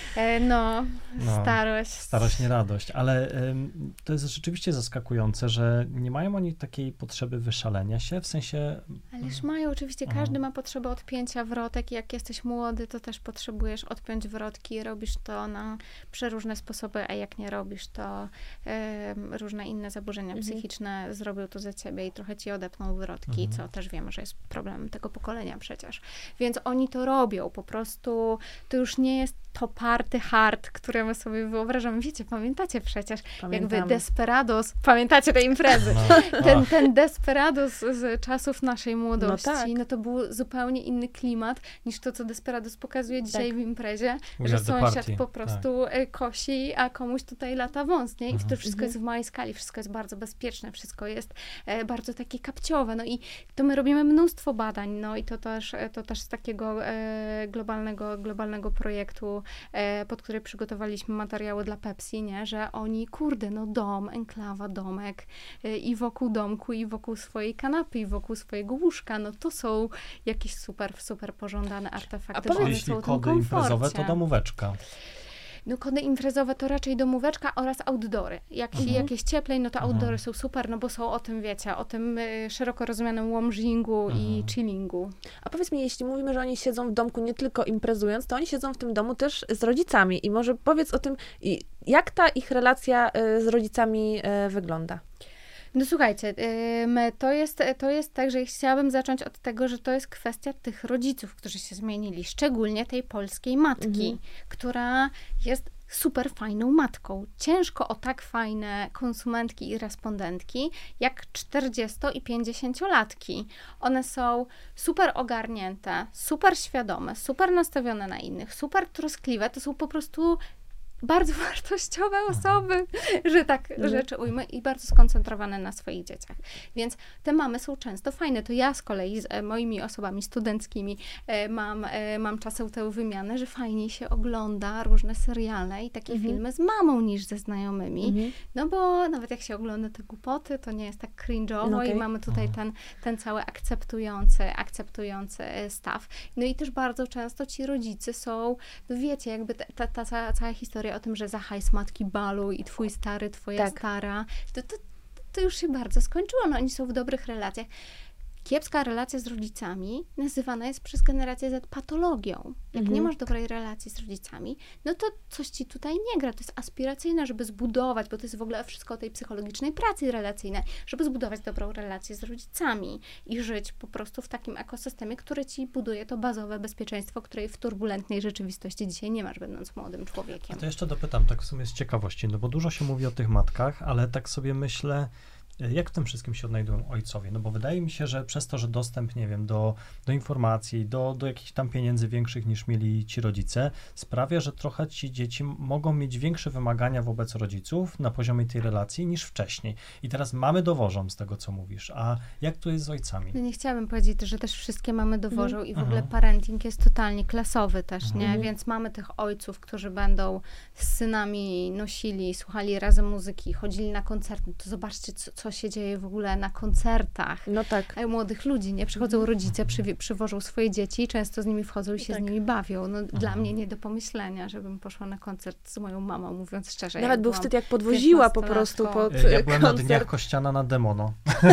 No, starość. Starość, nie radość, ale to jest rzeczywiście zaskakujące, że nie mają oni takiej potrzeby wyszalenia się, w sensie... Ależ mają, oczywiście, każdy ma potrzebę odpięcia wrotek. Jak jesteś młody, to też potrzebujesz odpiąć wrotki, robisz to na przeróżne sposoby, a jak nie robisz, to różne inne zaburzenia psychiczne zrobią to za ciebie i trochę ci odepną wrotki, co też wiemy, że jest problemem tego pokolenia przecież. Więc oni to robią, po prostu to już nie jest to party hard, które my sobie wyobrażamy. Wiecie, pamiętacie przecież, jakby Desperados, pamiętacie te imprezy? Ten Desperados z czasów naszej młodości, no to był zupełnie inny klimat niż to, co Desperados pokazuje dzisiaj w imprezie, że sąsiad po prostu kosi, a komuś tutaj lata wąs, nie? I to wszystko jest w małej skali, wszystko jest bardzo bezpieczne, wszystko jest bardzo takie kapciowe, no i to my robimy mnóstwo badań, no i to też z takiego globalnego projektu, pod który przygotowaliśmy materiały dla Pepsi, nie? Że oni, kurde, no dom, enklawa, domek i wokół domku, i wokół swojej kanapy, i wokół swojego łóżka, no to są jakieś super pożądane artefakty. A jeśli kody imprezowe, to domóweczka. No kody imprezowe to raczej domóweczka oraz outdoory. Jak jest cieplej, no to outdoory są super, no bo są o tym, wiecie, o tym szeroko rozumianym łomżingu i chillingu. A powiedz mi, jeśli mówimy, że oni siedzą w domku nie tylko imprezując, to oni siedzą w tym domu też z rodzicami i może powiedz o tym, jak ta ich relacja z rodzicami wygląda? No słuchajcie, to jest tak, że chciałabym zacząć od tego, że to jest kwestia tych rodziców, którzy się zmienili, szczególnie tej polskiej matki, która jest super fajną matką. Ciężko o tak fajne konsumentki i respondentki, jak 40- i 50-latki. One są super ogarnięte, super świadome, super nastawione na innych, super troskliwe. To są po prostu bardzo wartościowe osoby, że tak rzeczy ujmę, i bardzo skoncentrowane na swoich dzieciach. Więc te mamy są często fajne. To ja z kolei z moimi osobami studenckimi mam czasem tę wymianę, że fajniej się ogląda różne seriale i takie filmy z mamą niż ze znajomymi. No bo nawet jak się ogląda te głupoty, to nie jest tak cringe'owo i mamy tutaj ten cały akceptujący staw. No i też bardzo często ci rodzice są, no wiecie, jakby ta cała historia o tym, że za hajs matki balu i twój stary, twoja stara, to już się bardzo skończyło. No, oni są w dobrych relacjach. Kiepska relacja z rodzicami nazywana jest przez generację Z patologią. Jak nie masz dobrej relacji z rodzicami, no to coś ci tutaj nie gra. To jest aspiracyjne, żeby zbudować, bo to jest w ogóle wszystko o tej psychologicznej pracy relacyjnej, żeby zbudować dobrą relację z rodzicami i żyć po prostu w takim ekosystemie, który ci buduje to bazowe bezpieczeństwo, której w turbulentnej rzeczywistości dzisiaj nie masz, będąc młodym człowiekiem. A to jeszcze dopytam, tak w sumie z ciekawości, no bo dużo się mówi o tych matkach, ale tak sobie myślę, jak w tym wszystkim się odnajdują ojcowie? No bo wydaje mi się, że przez to, że dostęp, nie wiem, do informacji, do jakichś tam pieniędzy większych niż mieli ci rodzice, sprawia, że trochę ci dzieci mogą mieć większe wymagania wobec rodziców na poziomie tej relacji niż wcześniej. I teraz mamy dowożą z tego, co mówisz. A jak to jest z ojcami? No nie chciałabym powiedzieć, że też wszystkie mamy dowożą i w ogóle parenting jest totalnie klasowy też, nie? Więc mamy tych ojców, którzy będą z synami nosili, słuchali razem muzyki, chodzili na koncerty. To zobaczcie, co się dzieje w ogóle na koncertach. No tak. Młodych ludzi, nie? Przychodzą rodzice, przywożą swoje dzieci, często z nimi wchodzą i się z nimi bawią. No dla mnie nie do pomyślenia, żebym poszła na koncert z moją mamą, mówiąc szczerze. Nawet był wstyd, jak podwoziła po prostu pod Ja byłem na Dniach Kościana na Demono.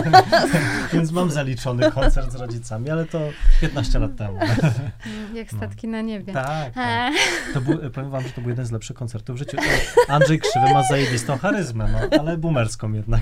Więc mam zaliczony koncert z rodzicami, ale to 15 lat temu. Jak statki na niebie. Tak. Powiem wam, że to był jeden z lepszych koncertów w życiu. Andrzej Krzywy ma zajebistą charyzmę, no, ale boomerską jednak.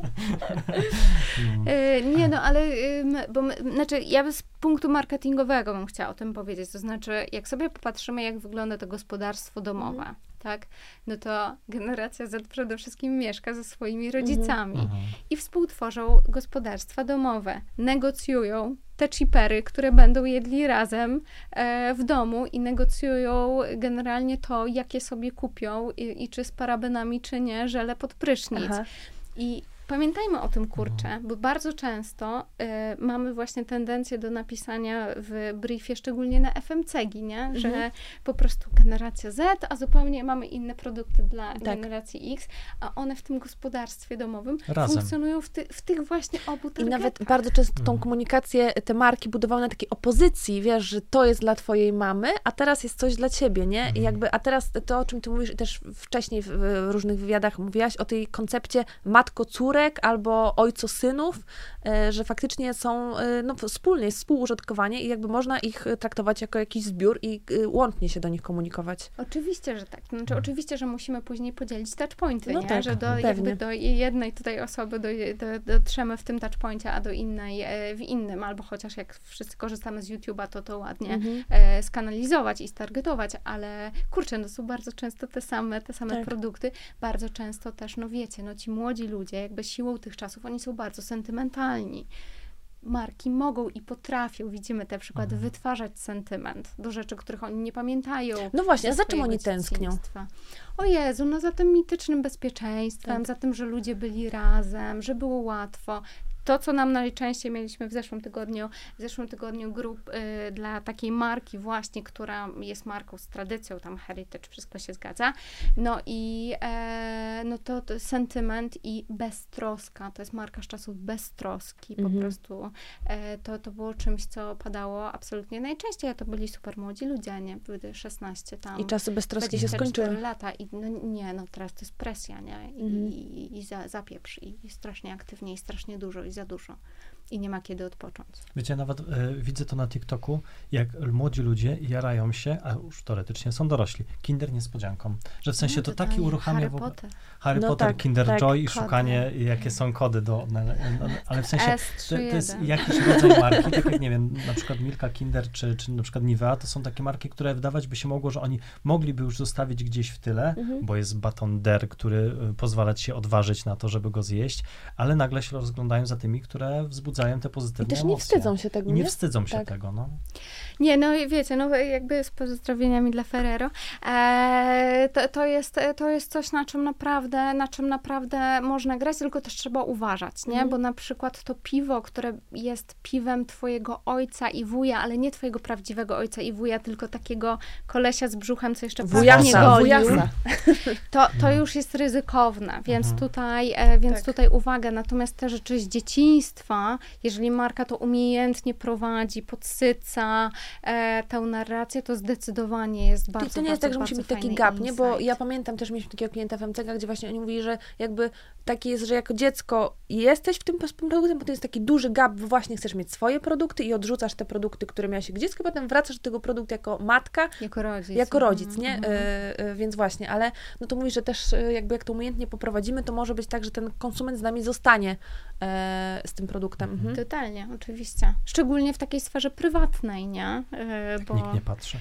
Nie, no ale znaczy ja z punktu marketingowego bym chciała o tym powiedzieć. To znaczy, jak sobie popatrzymy, jak wygląda to gospodarstwo domowe, tak, no to generacja Z przede wszystkim mieszka ze swoimi rodzicami i współtworzą gospodarstwa domowe. Negocjują te chipery, które będą jedli razem w domu i negocjują generalnie to, jakie sobie kupią i czy z parabenami, czy nie, żele pod prysznic. I Pamiętajmy o tym, kurczę, bo bardzo często mamy właśnie tendencję do napisania w briefie, szczególnie na FMCG, nie? Że po prostu generacja Z, a zupełnie mamy inne produkty dla generacji X, a one w tym gospodarstwie domowym funkcjonują w tych właśnie obu targetach. I nawet bardzo często tą komunikację te marki budowały na takiej opozycji, wiesz, że to jest dla twojej mamy, a teraz jest coś dla ciebie, nie? I jakby, a teraz to, o czym ty mówisz, i też wcześniej w różnych wywiadach mówiłaś o tej koncepcie matko-córek albo ojco-synów, że faktycznie są, no wspólnie, jest współużytkowanie i jakby można ich traktować jako jakiś zbiór i łącznie się do nich komunikować. Oczywiście, że tak. Znaczy, oczywiście, że musimy później podzielić touchpointy, No nie? tak, Że jakby do jednej tutaj osoby dotrzemy w tym touchpoincie, a do innej w innym, albo chociaż jak wszyscy korzystamy z YouTube'a, to ładnie skanalizować i stargetować, ale kurczę, no są bardzo często te same produkty, bardzo często też, no wiecie, no ci młodzi ludzie, jakby siłą tych czasów, oni są bardzo sentymentalni. Marki mogą i potrafią, widzimy te przykłady, wytwarzać sentyment do rzeczy, których oni nie pamiętają. No właśnie, a za czym oni tęsknią? O Jezu, no za tym mitycznym bezpieczeństwem, za tym, że ludzie byli razem, że było łatwo. To, co nam najczęściej mieliśmy w zeszłym tygodniu grup dla takiej marki właśnie, która jest marką z tradycją, tam heritage, wszystko się zgadza. No i no to sentyment i beztroska. To jest marka z czasów beztroski. Po prostu to było czymś, co padało absolutnie najczęściej, a to byli super młodzi ludzie, nie? Były 16 tam. I czasy beztroski się skończyły. Lata i no teraz to jest presja, nie? I zapieprz i strasznie aktywnie i strasznie dużo i za dużo. I nie ma kiedy odpocząć. Wiecie, nawet widzę to na TikToku, jak młodzi ludzie jarają się, a już teoretycznie są dorośli, Kinder niespodzianką. Że w sensie to taki uruchamia Harry Potter, Kinder Joy i szukanie, jakie są kody ale w sensie to jest jakiś rodzaj marki, tak jak, nie wiem, na przykład Milka, Kinder, czy na przykład Nivea, to są takie marki, które wydawać by się mogło, że oni mogliby już zostawić gdzieś w tyle, bo jest baton Der, który pozwala ci się odważyć na to, żeby go zjeść, ale nagle się rozglądają za tymi, które wzbudzają te pozytywne emocje. I też nie wstydzą się tego, nie wstydzą się tego, no. Nie, no wiecie, no jakby z pozdrowieniami dla Ferrero, to jest coś, na czym naprawdę można grać, tylko też trzeba uważać, nie? Bo na przykład to piwo, które jest piwem twojego ojca i wuja, ale nie twojego prawdziwego ojca i wuja, tylko takiego kolesia z brzuchem, co jeszcze nie golił, to już jest ryzykowne, więc tutaj uwaga, natomiast te rzeczy z dzieciństwa, jeżeli marka to umiejętnie prowadzi, podsyca tę narrację, to zdecydowanie jest bardzo, to nie jest tak, że musi być taki gap, nie? Bo ja pamiętam, też mieliśmy takiego klienta w MCG, gdzie właśnie oni mówili, że jakby taki jest, że jako dziecko jesteś w tym produktem, bo to jest taki duży gap, bo właśnie chcesz mieć swoje produkty i odrzucasz te produkty, które miałaś jako dziecko, potem wracasz do tego produktu jako matka. Jako rodzic, nie? Więc właśnie, ale no to mówisz, że też jakby jak to umiejętnie poprowadzimy, to może być tak, że ten konsument z nami zostanie z tym produktem. Totalnie, oczywiście. Szczególnie w takiej sferze prywatnej, nie? Bo nikt nie patrzy.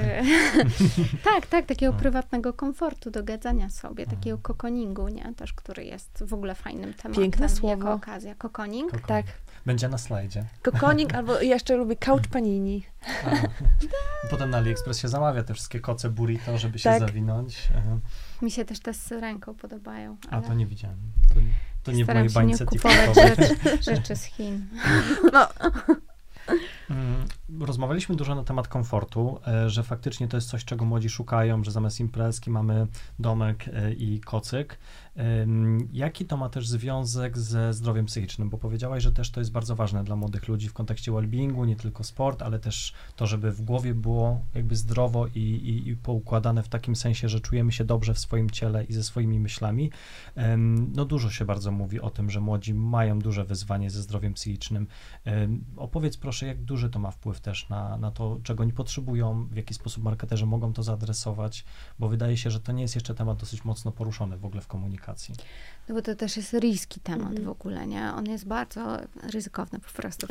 tak, takiego prywatnego komfortu, dogadzania sobie, takiego kokoningu, nie? Też, który jest w ogóle fajnym tematem. Piękne słowo. Jako okazja. Kokoning? Tak. Będzie na slajdzie. Kokoning, albo jeszcze lubię couch panini. Potem na AliExpress się zamawia te wszystkie koce burrito, żeby się zawinąć. Mi się też te z syrenką podobają. A to nie widziałem. To nie w mojej bańce bańce kupować rzeczy z Chin. No. Rozmawialiśmy dużo na temat komfortu, że faktycznie to jest coś, czego młodzi szukają, że zamiast imprezki mamy domek i kocyk. Jaki to ma też związek ze zdrowiem psychicznym? Bo powiedziałaś, że też to jest bardzo ważne dla młodych ludzi w kontekście well-beingu, nie tylko sport, ale też to, żeby w głowie było jakby zdrowo i poukładane w takim sensie, że czujemy się dobrze w swoim ciele i ze swoimi myślami. No dużo się bardzo mówi o tym, że młodzi mają duże wyzwanie ze zdrowiem psychicznym. Opowiedz proszę, jak duży to ma wpływ też na to, czego oni potrzebują, w jaki sposób marketerzy mogą to zaadresować, bo wydaje się, że to nie jest jeszcze temat dosyć mocno poruszony w ogóle w komunikacji. No bo to też jest ryski temat w ogóle, nie? On jest bardzo ryzykowny po prostu.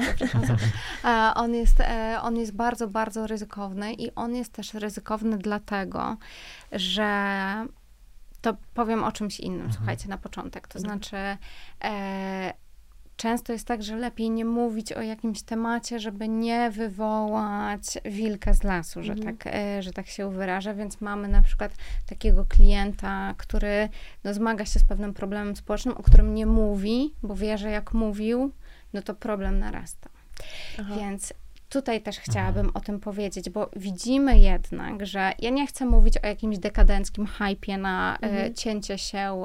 On jest bardzo, bardzo ryzykowny i on jest też ryzykowny dlatego, że to powiem o czymś innym, słuchajcie, na początek. To znaczy często jest tak, że lepiej nie mówić o jakimś temacie, żeby nie wywołać wilka z lasu, że tak się wyrażę, więc mamy na przykład takiego klienta, który no, zmaga się z pewnym problemem społecznym, o którym nie mówi, bo wie, że jak mówił, no to problem narasta. Więc tutaj też chciałabym o tym powiedzieć, bo widzimy jednak, że ja nie chcę mówić o jakimś dekadenckim hypie na cięcie się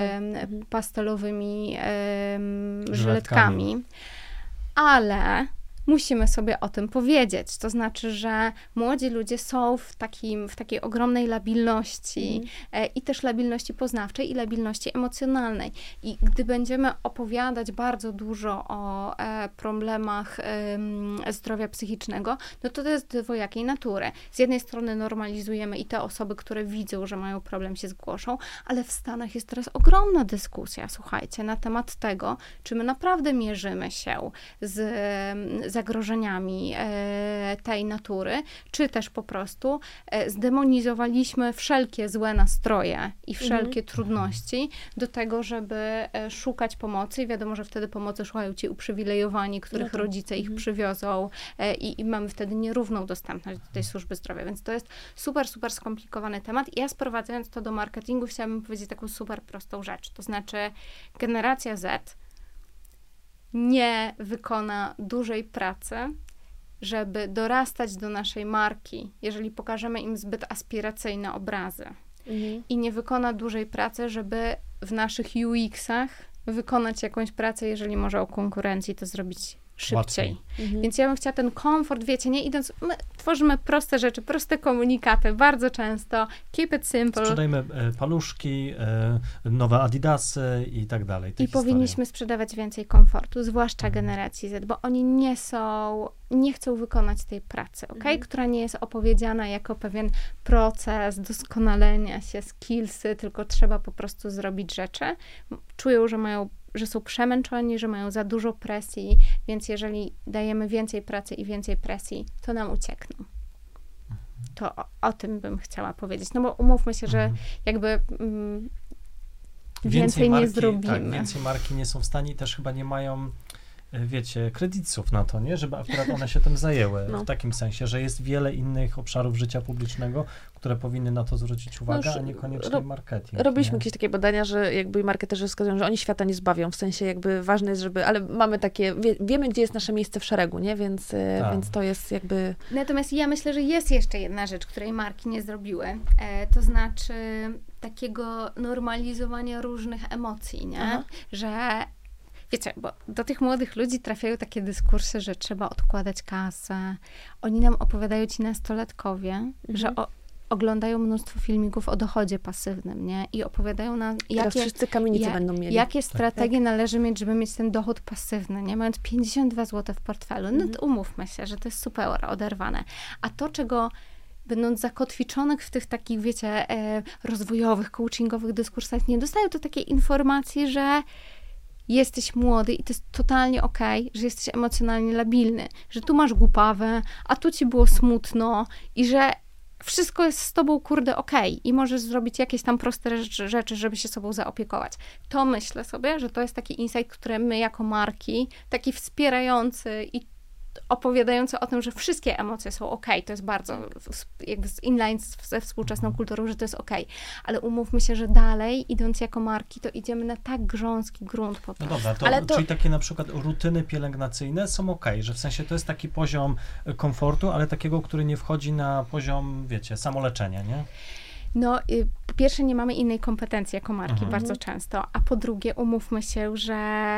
pastelowymi żyletkami, ale musimy sobie o tym powiedzieć. To znaczy, że młodzi ludzie są w takiej ogromnej labilności i też labilności poznawczej i labilności emocjonalnej. I gdy będziemy opowiadać bardzo dużo o problemach zdrowia psychicznego, no to jest dwojakiej natury. Z jednej strony normalizujemy i te osoby, które widzą, że mają problem, się zgłoszą, ale w Stanach jest teraz ogromna dyskusja, słuchajcie, na temat tego, czy my naprawdę mierzymy się z zagrożeniami tej natury, czy też po prostu zdemonizowaliśmy wszelkie złe nastroje i wszelkie trudności do tego, żeby szukać pomocy. I wiadomo, że wtedy pomocy szukają ci uprzywilejowani, których rodzice ich przywiozą i mamy wtedy nierówną dostępność do tej służby zdrowia. Więc to jest super, super skomplikowany temat. I ja sprowadzając to do marketingu chciałabym powiedzieć taką super prostą rzecz. To znaczy generacja Z nie wykona dużej pracy, żeby dorastać do naszej marki, jeżeli pokażemy im zbyt aspiracyjne obrazy. I nie wykona dużej pracy, żeby w naszych UX-ach wykonać jakąś pracę, jeżeli może o konkurencji to zrobić szybciej. Więc ja bym chciała ten komfort, wiecie, nie idąc, my tworzymy proste rzeczy, proste komunikaty, bardzo często, keep it simple. Sprzedajmy paluszki, nowe Adidasy i tak dalej. I powinniśmy sprzedawać więcej komfortu, zwłaszcza generacji Z, bo oni nie chcą wykonać tej pracy, która nie jest opowiedziana jako pewien proces doskonalenia się, skillsy, tylko trzeba po prostu zrobić rzeczy. Czują, że są przemęczeni, że mają za dużo presji, więc jeżeli dajemy więcej pracy i więcej presji, to nam uciekną. To o tym bym chciała powiedzieć. No bo umówmy się, że jakby więcej nie zrobimy. Tak, więcej marki nie są w stanie i też chyba nie mają, wiecie, kredytów na to, nie? Żeby akurat one się tym zajęły. W takim sensie, że jest wiele innych obszarów życia publicznego, które powinny na to zwrócić uwagę, a niekoniecznie marketing. Robiliśmy jakieś takie badania, że jakby marketerzy wskazują, że oni świata nie zbawią, w sensie jakby ważne jest, żeby, ale mamy takie, wiemy, gdzie jest nasze miejsce w szeregu, nie? Więc to jest jakby... Natomiast ja myślę, że jest jeszcze jedna rzecz, której marki nie zrobiły, to znaczy takiego normalizowania różnych emocji, nie? Że wiecie, bo do tych młodych ludzi trafiają takie dyskursy, że trzeba odkładać kasę. Oni nam opowiadają, ci nastolatkowie, że oglądają mnóstwo filmików o dochodzie pasywnym, nie? I opowiadają nam, wszyscy kamienice będą mieli. Jakie strategie należy mieć, żeby mieć ten dochód pasywny, nie? Mając 52 zł w portfelu. No to umówmy się, że to jest super oderwane. A to, czego będąc zakotwiczonych w tych takich, wiecie, rozwojowych, coachingowych dyskursach, nie dostają to takiej informacji, że jesteś młody i to jest totalnie okej, że jesteś emocjonalnie labilny, że tu masz głupawę, a tu ci było smutno i że wszystko jest z tobą, kurde, okej i możesz zrobić jakieś tam proste rzeczy, żeby się sobą zaopiekować. To myślę sobie, że to jest taki insight, który my jako marki, taki wspierający i opowiadający o tym, że wszystkie emocje są okej, to jest bardzo jakby inline ze współczesną kulturą, że to jest okej. Ale umówmy się, że dalej, idąc jako marki, to idziemy na tak grząski grunt po prostu. No dobra, czyli takie na przykład rutyny pielęgnacyjne są okej, że w sensie to jest taki poziom komfortu, ale takiego, który nie wchodzi na poziom, wiecie, samoleczenia, nie? No, po pierwsze nie mamy innej kompetencji jako marki bardzo często, a po drugie umówmy się, że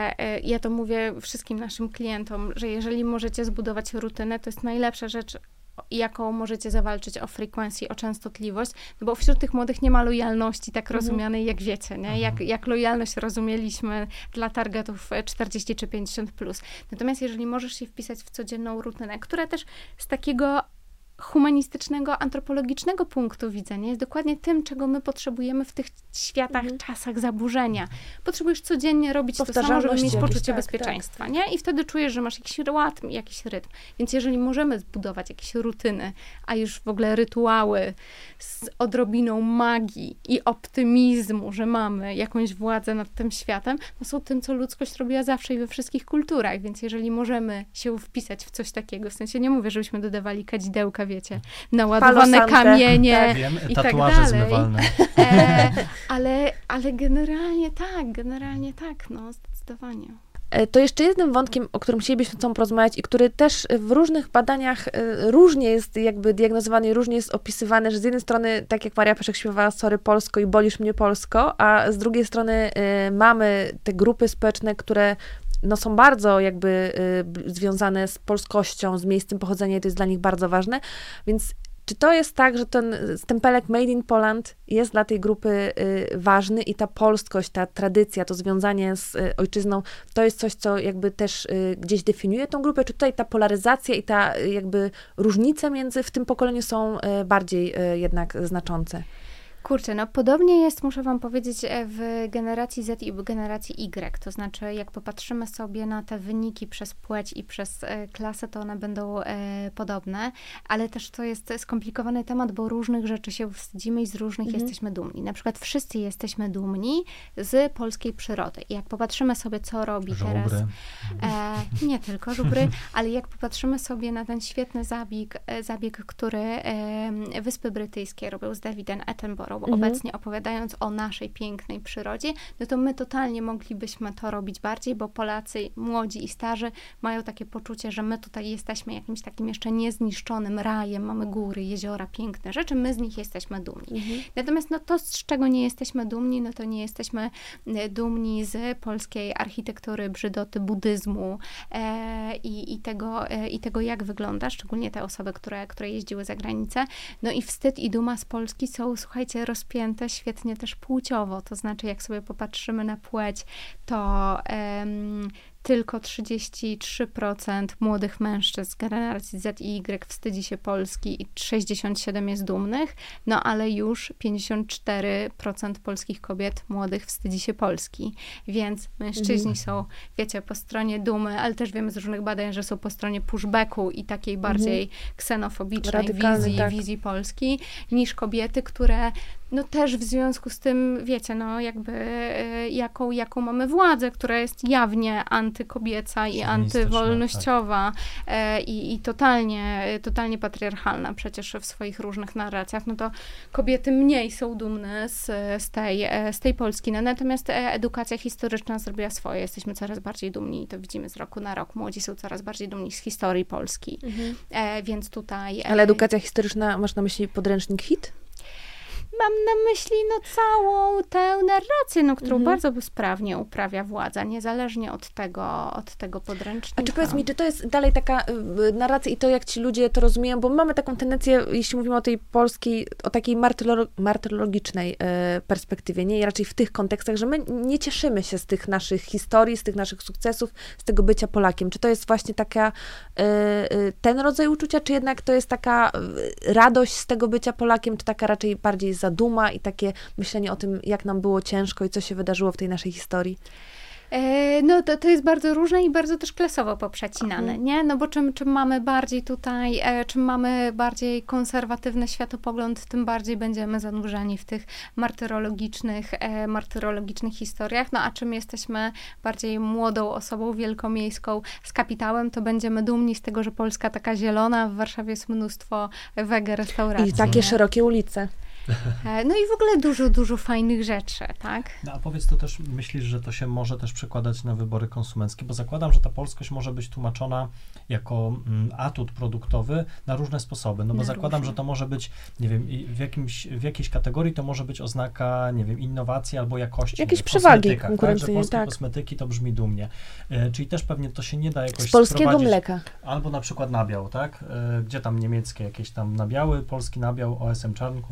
ja to mówię wszystkim naszym klientom, że jeżeli możecie zbudować rutynę, to jest najlepsza rzecz, jaką możecie zawalczyć o frekwencję, o częstotliwość, no bo wśród tych młodych nie ma lojalności tak rozumianej, jak wiecie, nie? Jak lojalność rozumieliśmy dla targetów 40 czy 50+. Natomiast jeżeli możesz się wpisać w codzienną rutynę, która też z takiego humanistycznego, antropologicznego punktu widzenia jest dokładnie tym, czego my potrzebujemy w tych światach, czasach zaburzenia. Potrzebujesz codziennie robić to samo, żeby mieć poczucie bezpieczeństwa, nie? I wtedy czujesz, że masz jakiś rytm, jakiś rytm. Więc jeżeli możemy zbudować jakieś rutyny, a już w ogóle rytuały z odrobiną magii i optymizmu, że mamy jakąś władzę nad tym światem, no są tym, co ludzkość robiła zawsze i we wszystkich kulturach. Więc jeżeli możemy się wpisać w coś takiego, w sensie nie mówię, żebyśmy dodawali kadzidełka, wiecie, naładowane kamienie i tak dalej. Zmywalne. Ale generalnie tak, no zdecydowanie. To jeszcze jednym wątkiem, o którym chcielibyśmy z tobą porozmawiać i który też w różnych badaniach różnie jest jakby diagnozowany i różnie jest opisywany, że z jednej strony, tak jak Maria Peszek śpiewała sorry Polsko i bolisz mnie Polsko, a z drugiej strony mamy te grupy społeczne, które no, są bardzo jakby związane z polskością, z miejscem pochodzenia i to jest dla nich bardzo ważne, więc czy to jest tak, że ten stempelek Made in Poland jest dla tej grupy ważny i ta polskość, ta tradycja, to związanie z ojczyzną, to jest coś, co jakby też gdzieś definiuje tą grupę? Czy tutaj ta polaryzacja i ta jakby różnice w tym pokoleniu są bardziej jednak znaczące? Kurczę, no podobnie jest, muszę wam powiedzieć, w generacji Z i w generacji Y. To znaczy, jak popatrzymy sobie na te wyniki przez płeć i przez klasę, to one będą podobne, ale też to jest skomplikowany temat, bo różnych rzeczy się wstydzimy i z różnych jesteśmy dumni. Na przykład wszyscy jesteśmy dumni z polskiej przyrody. I jak popatrzymy sobie, co robi żubry. Teraz... nie tylko żubry, ale jak popatrzymy sobie na ten świetny zabieg, który Wyspy Brytyjskie robią z Davidem Attenborough, obecnie opowiadając o naszej pięknej przyrodzie, no to my totalnie moglibyśmy to robić bardziej, bo Polacy, młodzi i starzy, mają takie poczucie, że my tutaj jesteśmy jakimś takim jeszcze niezniszczonym rajem, mamy góry, jeziora, piękne rzeczy, my z nich jesteśmy dumni. Natomiast no to, z czego nie jesteśmy dumni, no to nie jesteśmy dumni z polskiej architektury, brzydoty, buddyzmu i tego, jak wygląda, szczególnie te osoby, które jeździły za granicę. No i wstyd i duma z Polski są, słuchajcie, rozpięte świetnie też płciowo, to znaczy jak sobie popatrzymy na płeć, to tylko 33% młodych mężczyzn z generacji Z i Y wstydzi się Polski i 67% jest dumnych, no ale już 54% polskich kobiet młodych wstydzi się Polski, więc mężczyźni są, wiecie, po stronie dumy, ale też wiemy z różnych badań, że są po stronie pushbacku i takiej bardziej ksenofobicznej wizji Polski, niż kobiety, które no też w związku z tym, wiecie, no jakby jaką mamy władzę, która jest jawnie antykobieca i antywolnościowa, i totalnie patriarchalna przecież w swoich różnych narracjach, no to kobiety mniej są dumne z tej Polski. No, natomiast edukacja historyczna zrobiła swoje. Jesteśmy coraz bardziej dumni i to widzimy z roku na rok. Młodzi są coraz bardziej dumni z historii Polski. Więc tutaj... Ale edukacja historyczna, masz na myśli podręcznik HIT? Mam na myśli całą tę narrację, którą bardzo sprawnie uprawia władza, niezależnie od tego podręcznika. A czy powiedz mi, czy to jest dalej taka narracja i to, jak ci ludzie to rozumieją, bo mamy taką tendencję, jeśli mówimy o tej polskiej, o takiej martyrologicznej perspektywie, nie? I raczej w tych kontekstach, że my nie cieszymy się z tych naszych historii, z tych naszych sukcesów, z tego bycia Polakiem. Czy to jest właśnie taka ten rodzaj uczucia, czy jednak to jest taka radość z tego bycia Polakiem, czy taka raczej bardziej zaduma i takie myślenie o tym, jak nam było ciężko i co się wydarzyło w tej naszej historii? No to jest bardzo różne i bardzo też klasowo poprzecinane, nie? No bo czym mamy bardziej tutaj, czym mamy bardziej konserwatywny światopogląd, tym bardziej będziemy zanurzeni w tych martyrologicznych historiach, no a czym jesteśmy bardziej młodą osobą wielkomiejską z kapitałem, to będziemy dumni z tego, że Polska taka zielona, w Warszawie jest mnóstwo wege restauracji. I takie szerokie ulice. No i w ogóle dużo fajnych rzeczy, tak? No a powiedz, to też myślisz, że to się może też przekładać na wybory konsumenckie, bo zakładam, że ta polskość może być tłumaczona jako atut produktowy na różne sposoby, no bo zakładam, że to może być, nie wiem, w jakiejś kategorii to może być oznaka, nie wiem, innowacji albo jakości. Jakieś przewagi konkurencyjne, tak? Że polskie kosmetyki to brzmi dumnie. Czyli też pewnie to się nie da jakoś z polskiego mleka. Albo na przykład nabiał, tak? Gdzie tam niemieckie jakieś tam nabiały, polski nabiał, OSM Czarnków i tak dalej.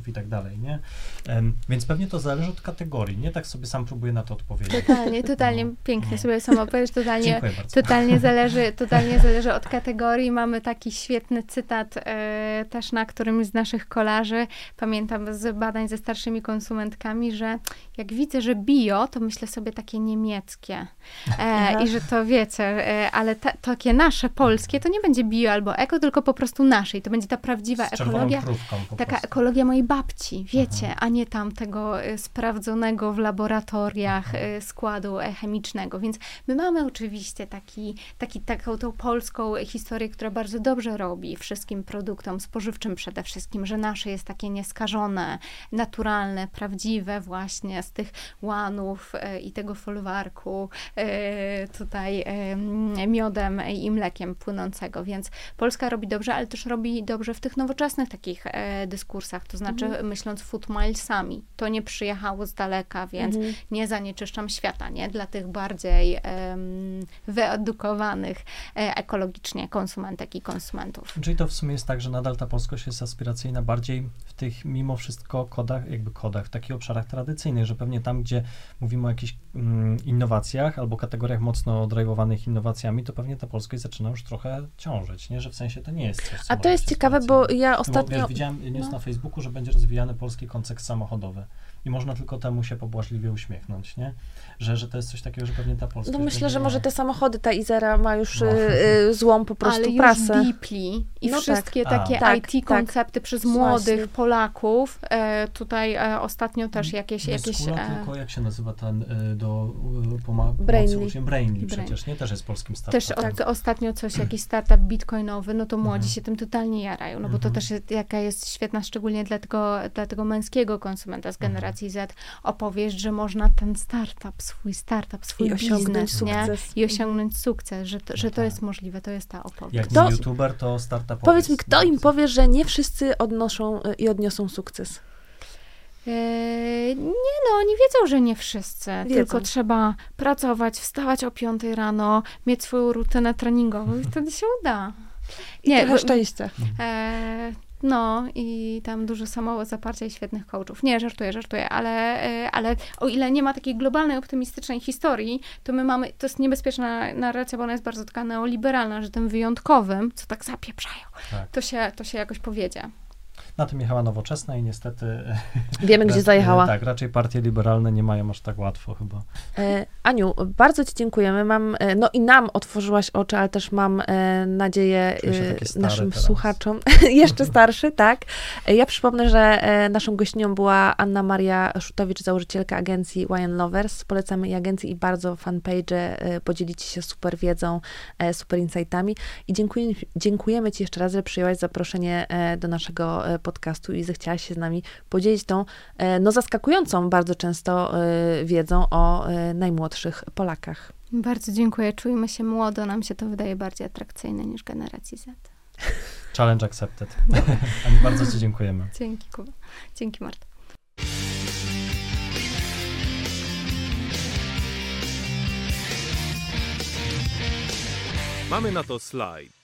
dalej, nie? Więc pewnie to zależy od kategorii, nie? Tak sobie sam próbuję na to odpowiedzieć. Totalnie, pięknie sobie sama opowiesz, Dziękuję bardzo. totalnie zależy od kategorii. Mamy taki świetny cytat też na którymś z naszych kolarzy, pamiętam z badań ze starszymi konsumentkami, że jak widzę, że bio, to myślę sobie takie niemieckie i że to wiecie, ale takie nasze, polskie, to nie będzie bio albo eko, tylko po prostu nasze i to będzie ta prawdziwa ekologia, taka ekologia mojej babci, wiecie, a nie tam tego sprawdzonego w laboratoriach składu chemicznego, więc my mamy oczywiście taką tą polską historię, która bardzo dobrze robi wszystkim produktom spożywczym przede wszystkim, że nasze jest takie nieskażone, naturalne, prawdziwe właśnie z tych łanów i tego folwarku tutaj miodem i mlekiem płynącego, więc Polska robi dobrze, ale też robi dobrze w tych nowoczesnych takich dyskursach, to znaczy myśląc food milesami. To nie przyjechało z daleka, więc nie zanieczyszczam świata, nie? Dla tych bardziej wyedukowanych ekologicznie konsumentek i konsumentów. Czyli to w sumie jest tak, że nadal ta polskość jest aspiracyjna bardziej w tych mimo wszystko kodach, w takich obszarach tradycyjnych, że pewnie tam, gdzie mówimy o jakichś innowacjach albo kategoriach mocno drive'owanych innowacjami, to pewnie ta polskość zaczyna już trochę ciążyć, nie? Że w sensie to nie jest coś, co A to jest ciekawe, bo ja ostatnio... Wiesz, widziałem news na Facebooku, że będzie rozwijany polski koncept samochodowy i można tylko temu się pobłażliwie uśmiechnąć, nie? Że to jest coś takiego, że pewnie ta polskość... No myślę, że może te samochody, ta Izera ma już złą po prostu ale prasę. Ale już i wszystkie takie IT koncepty przez młodych Polaków. Tutaj ostatnio też jakieś... tylko jak się nazywa ten do Brainly przecież, nie? Też jest polskim startupem. Też ostatnio jakiś startup bitcoinowy, no to młodzi się tym totalnie jarają, no bo to też jaka jest świetna, szczególnie dla tego męskiego konsumenta z generacji Z, opowieść, że można ten swój biznes, nie? I osiągnąć sukces, że to jest możliwe, to jest ta opowieść. Jak nie youtuber, to startupowiec. Powiedz mi, kto im powie, że nie wszyscy odniosą sukces? Nie no, oni wiedzą, że nie wszyscy, tylko trzeba pracować, wstawać o 5 rano, mieć swoją rutynę treningową i wtedy się uda. I trochę szczęścia. No i tam dużo samozaparcia i świetnych coachów. Nie, żartuję, ale o ile nie ma takiej globalnej, optymistycznej historii, to to jest niebezpieczna narracja, bo ona jest bardzo taka neoliberalna, że tym wyjątkowym, co tak zapieprzają, to się jakoś powiedzie. Na tym jechała Nowoczesna i niestety... Wiemy, gdzie zajechała. Tak, raczej partie liberalne nie mają aż tak łatwo chyba. Aniu, bardzo ci dziękujemy. No i nam otworzyłaś oczy, ale też mam nadzieję naszym słuchaczom, jeszcze starszy, tak. Ja przypomnę, że naszą gościnią była Anna Maria Szutowicz, założycielka agencji Wine Lovers. Polecamy i agencję, i bardzo fanpage, podzielicie się super wiedzą, super insightami i dziękujemy ci jeszcze raz, że przyjęłaś zaproszenie do naszego podcastu i zechciałaś się z nami podzielić tą zaskakującą bardzo często wiedzą o najmłodszych Polakach. Bardzo dziękuję. Czujmy się młodo. Nam się to wydaje bardziej atrakcyjne niż generacji Z. Challenge accepted. Ani bardzo ci dziękujemy. Dzięki, Kuba. Dzięki, Marta. Mamy na to slajd.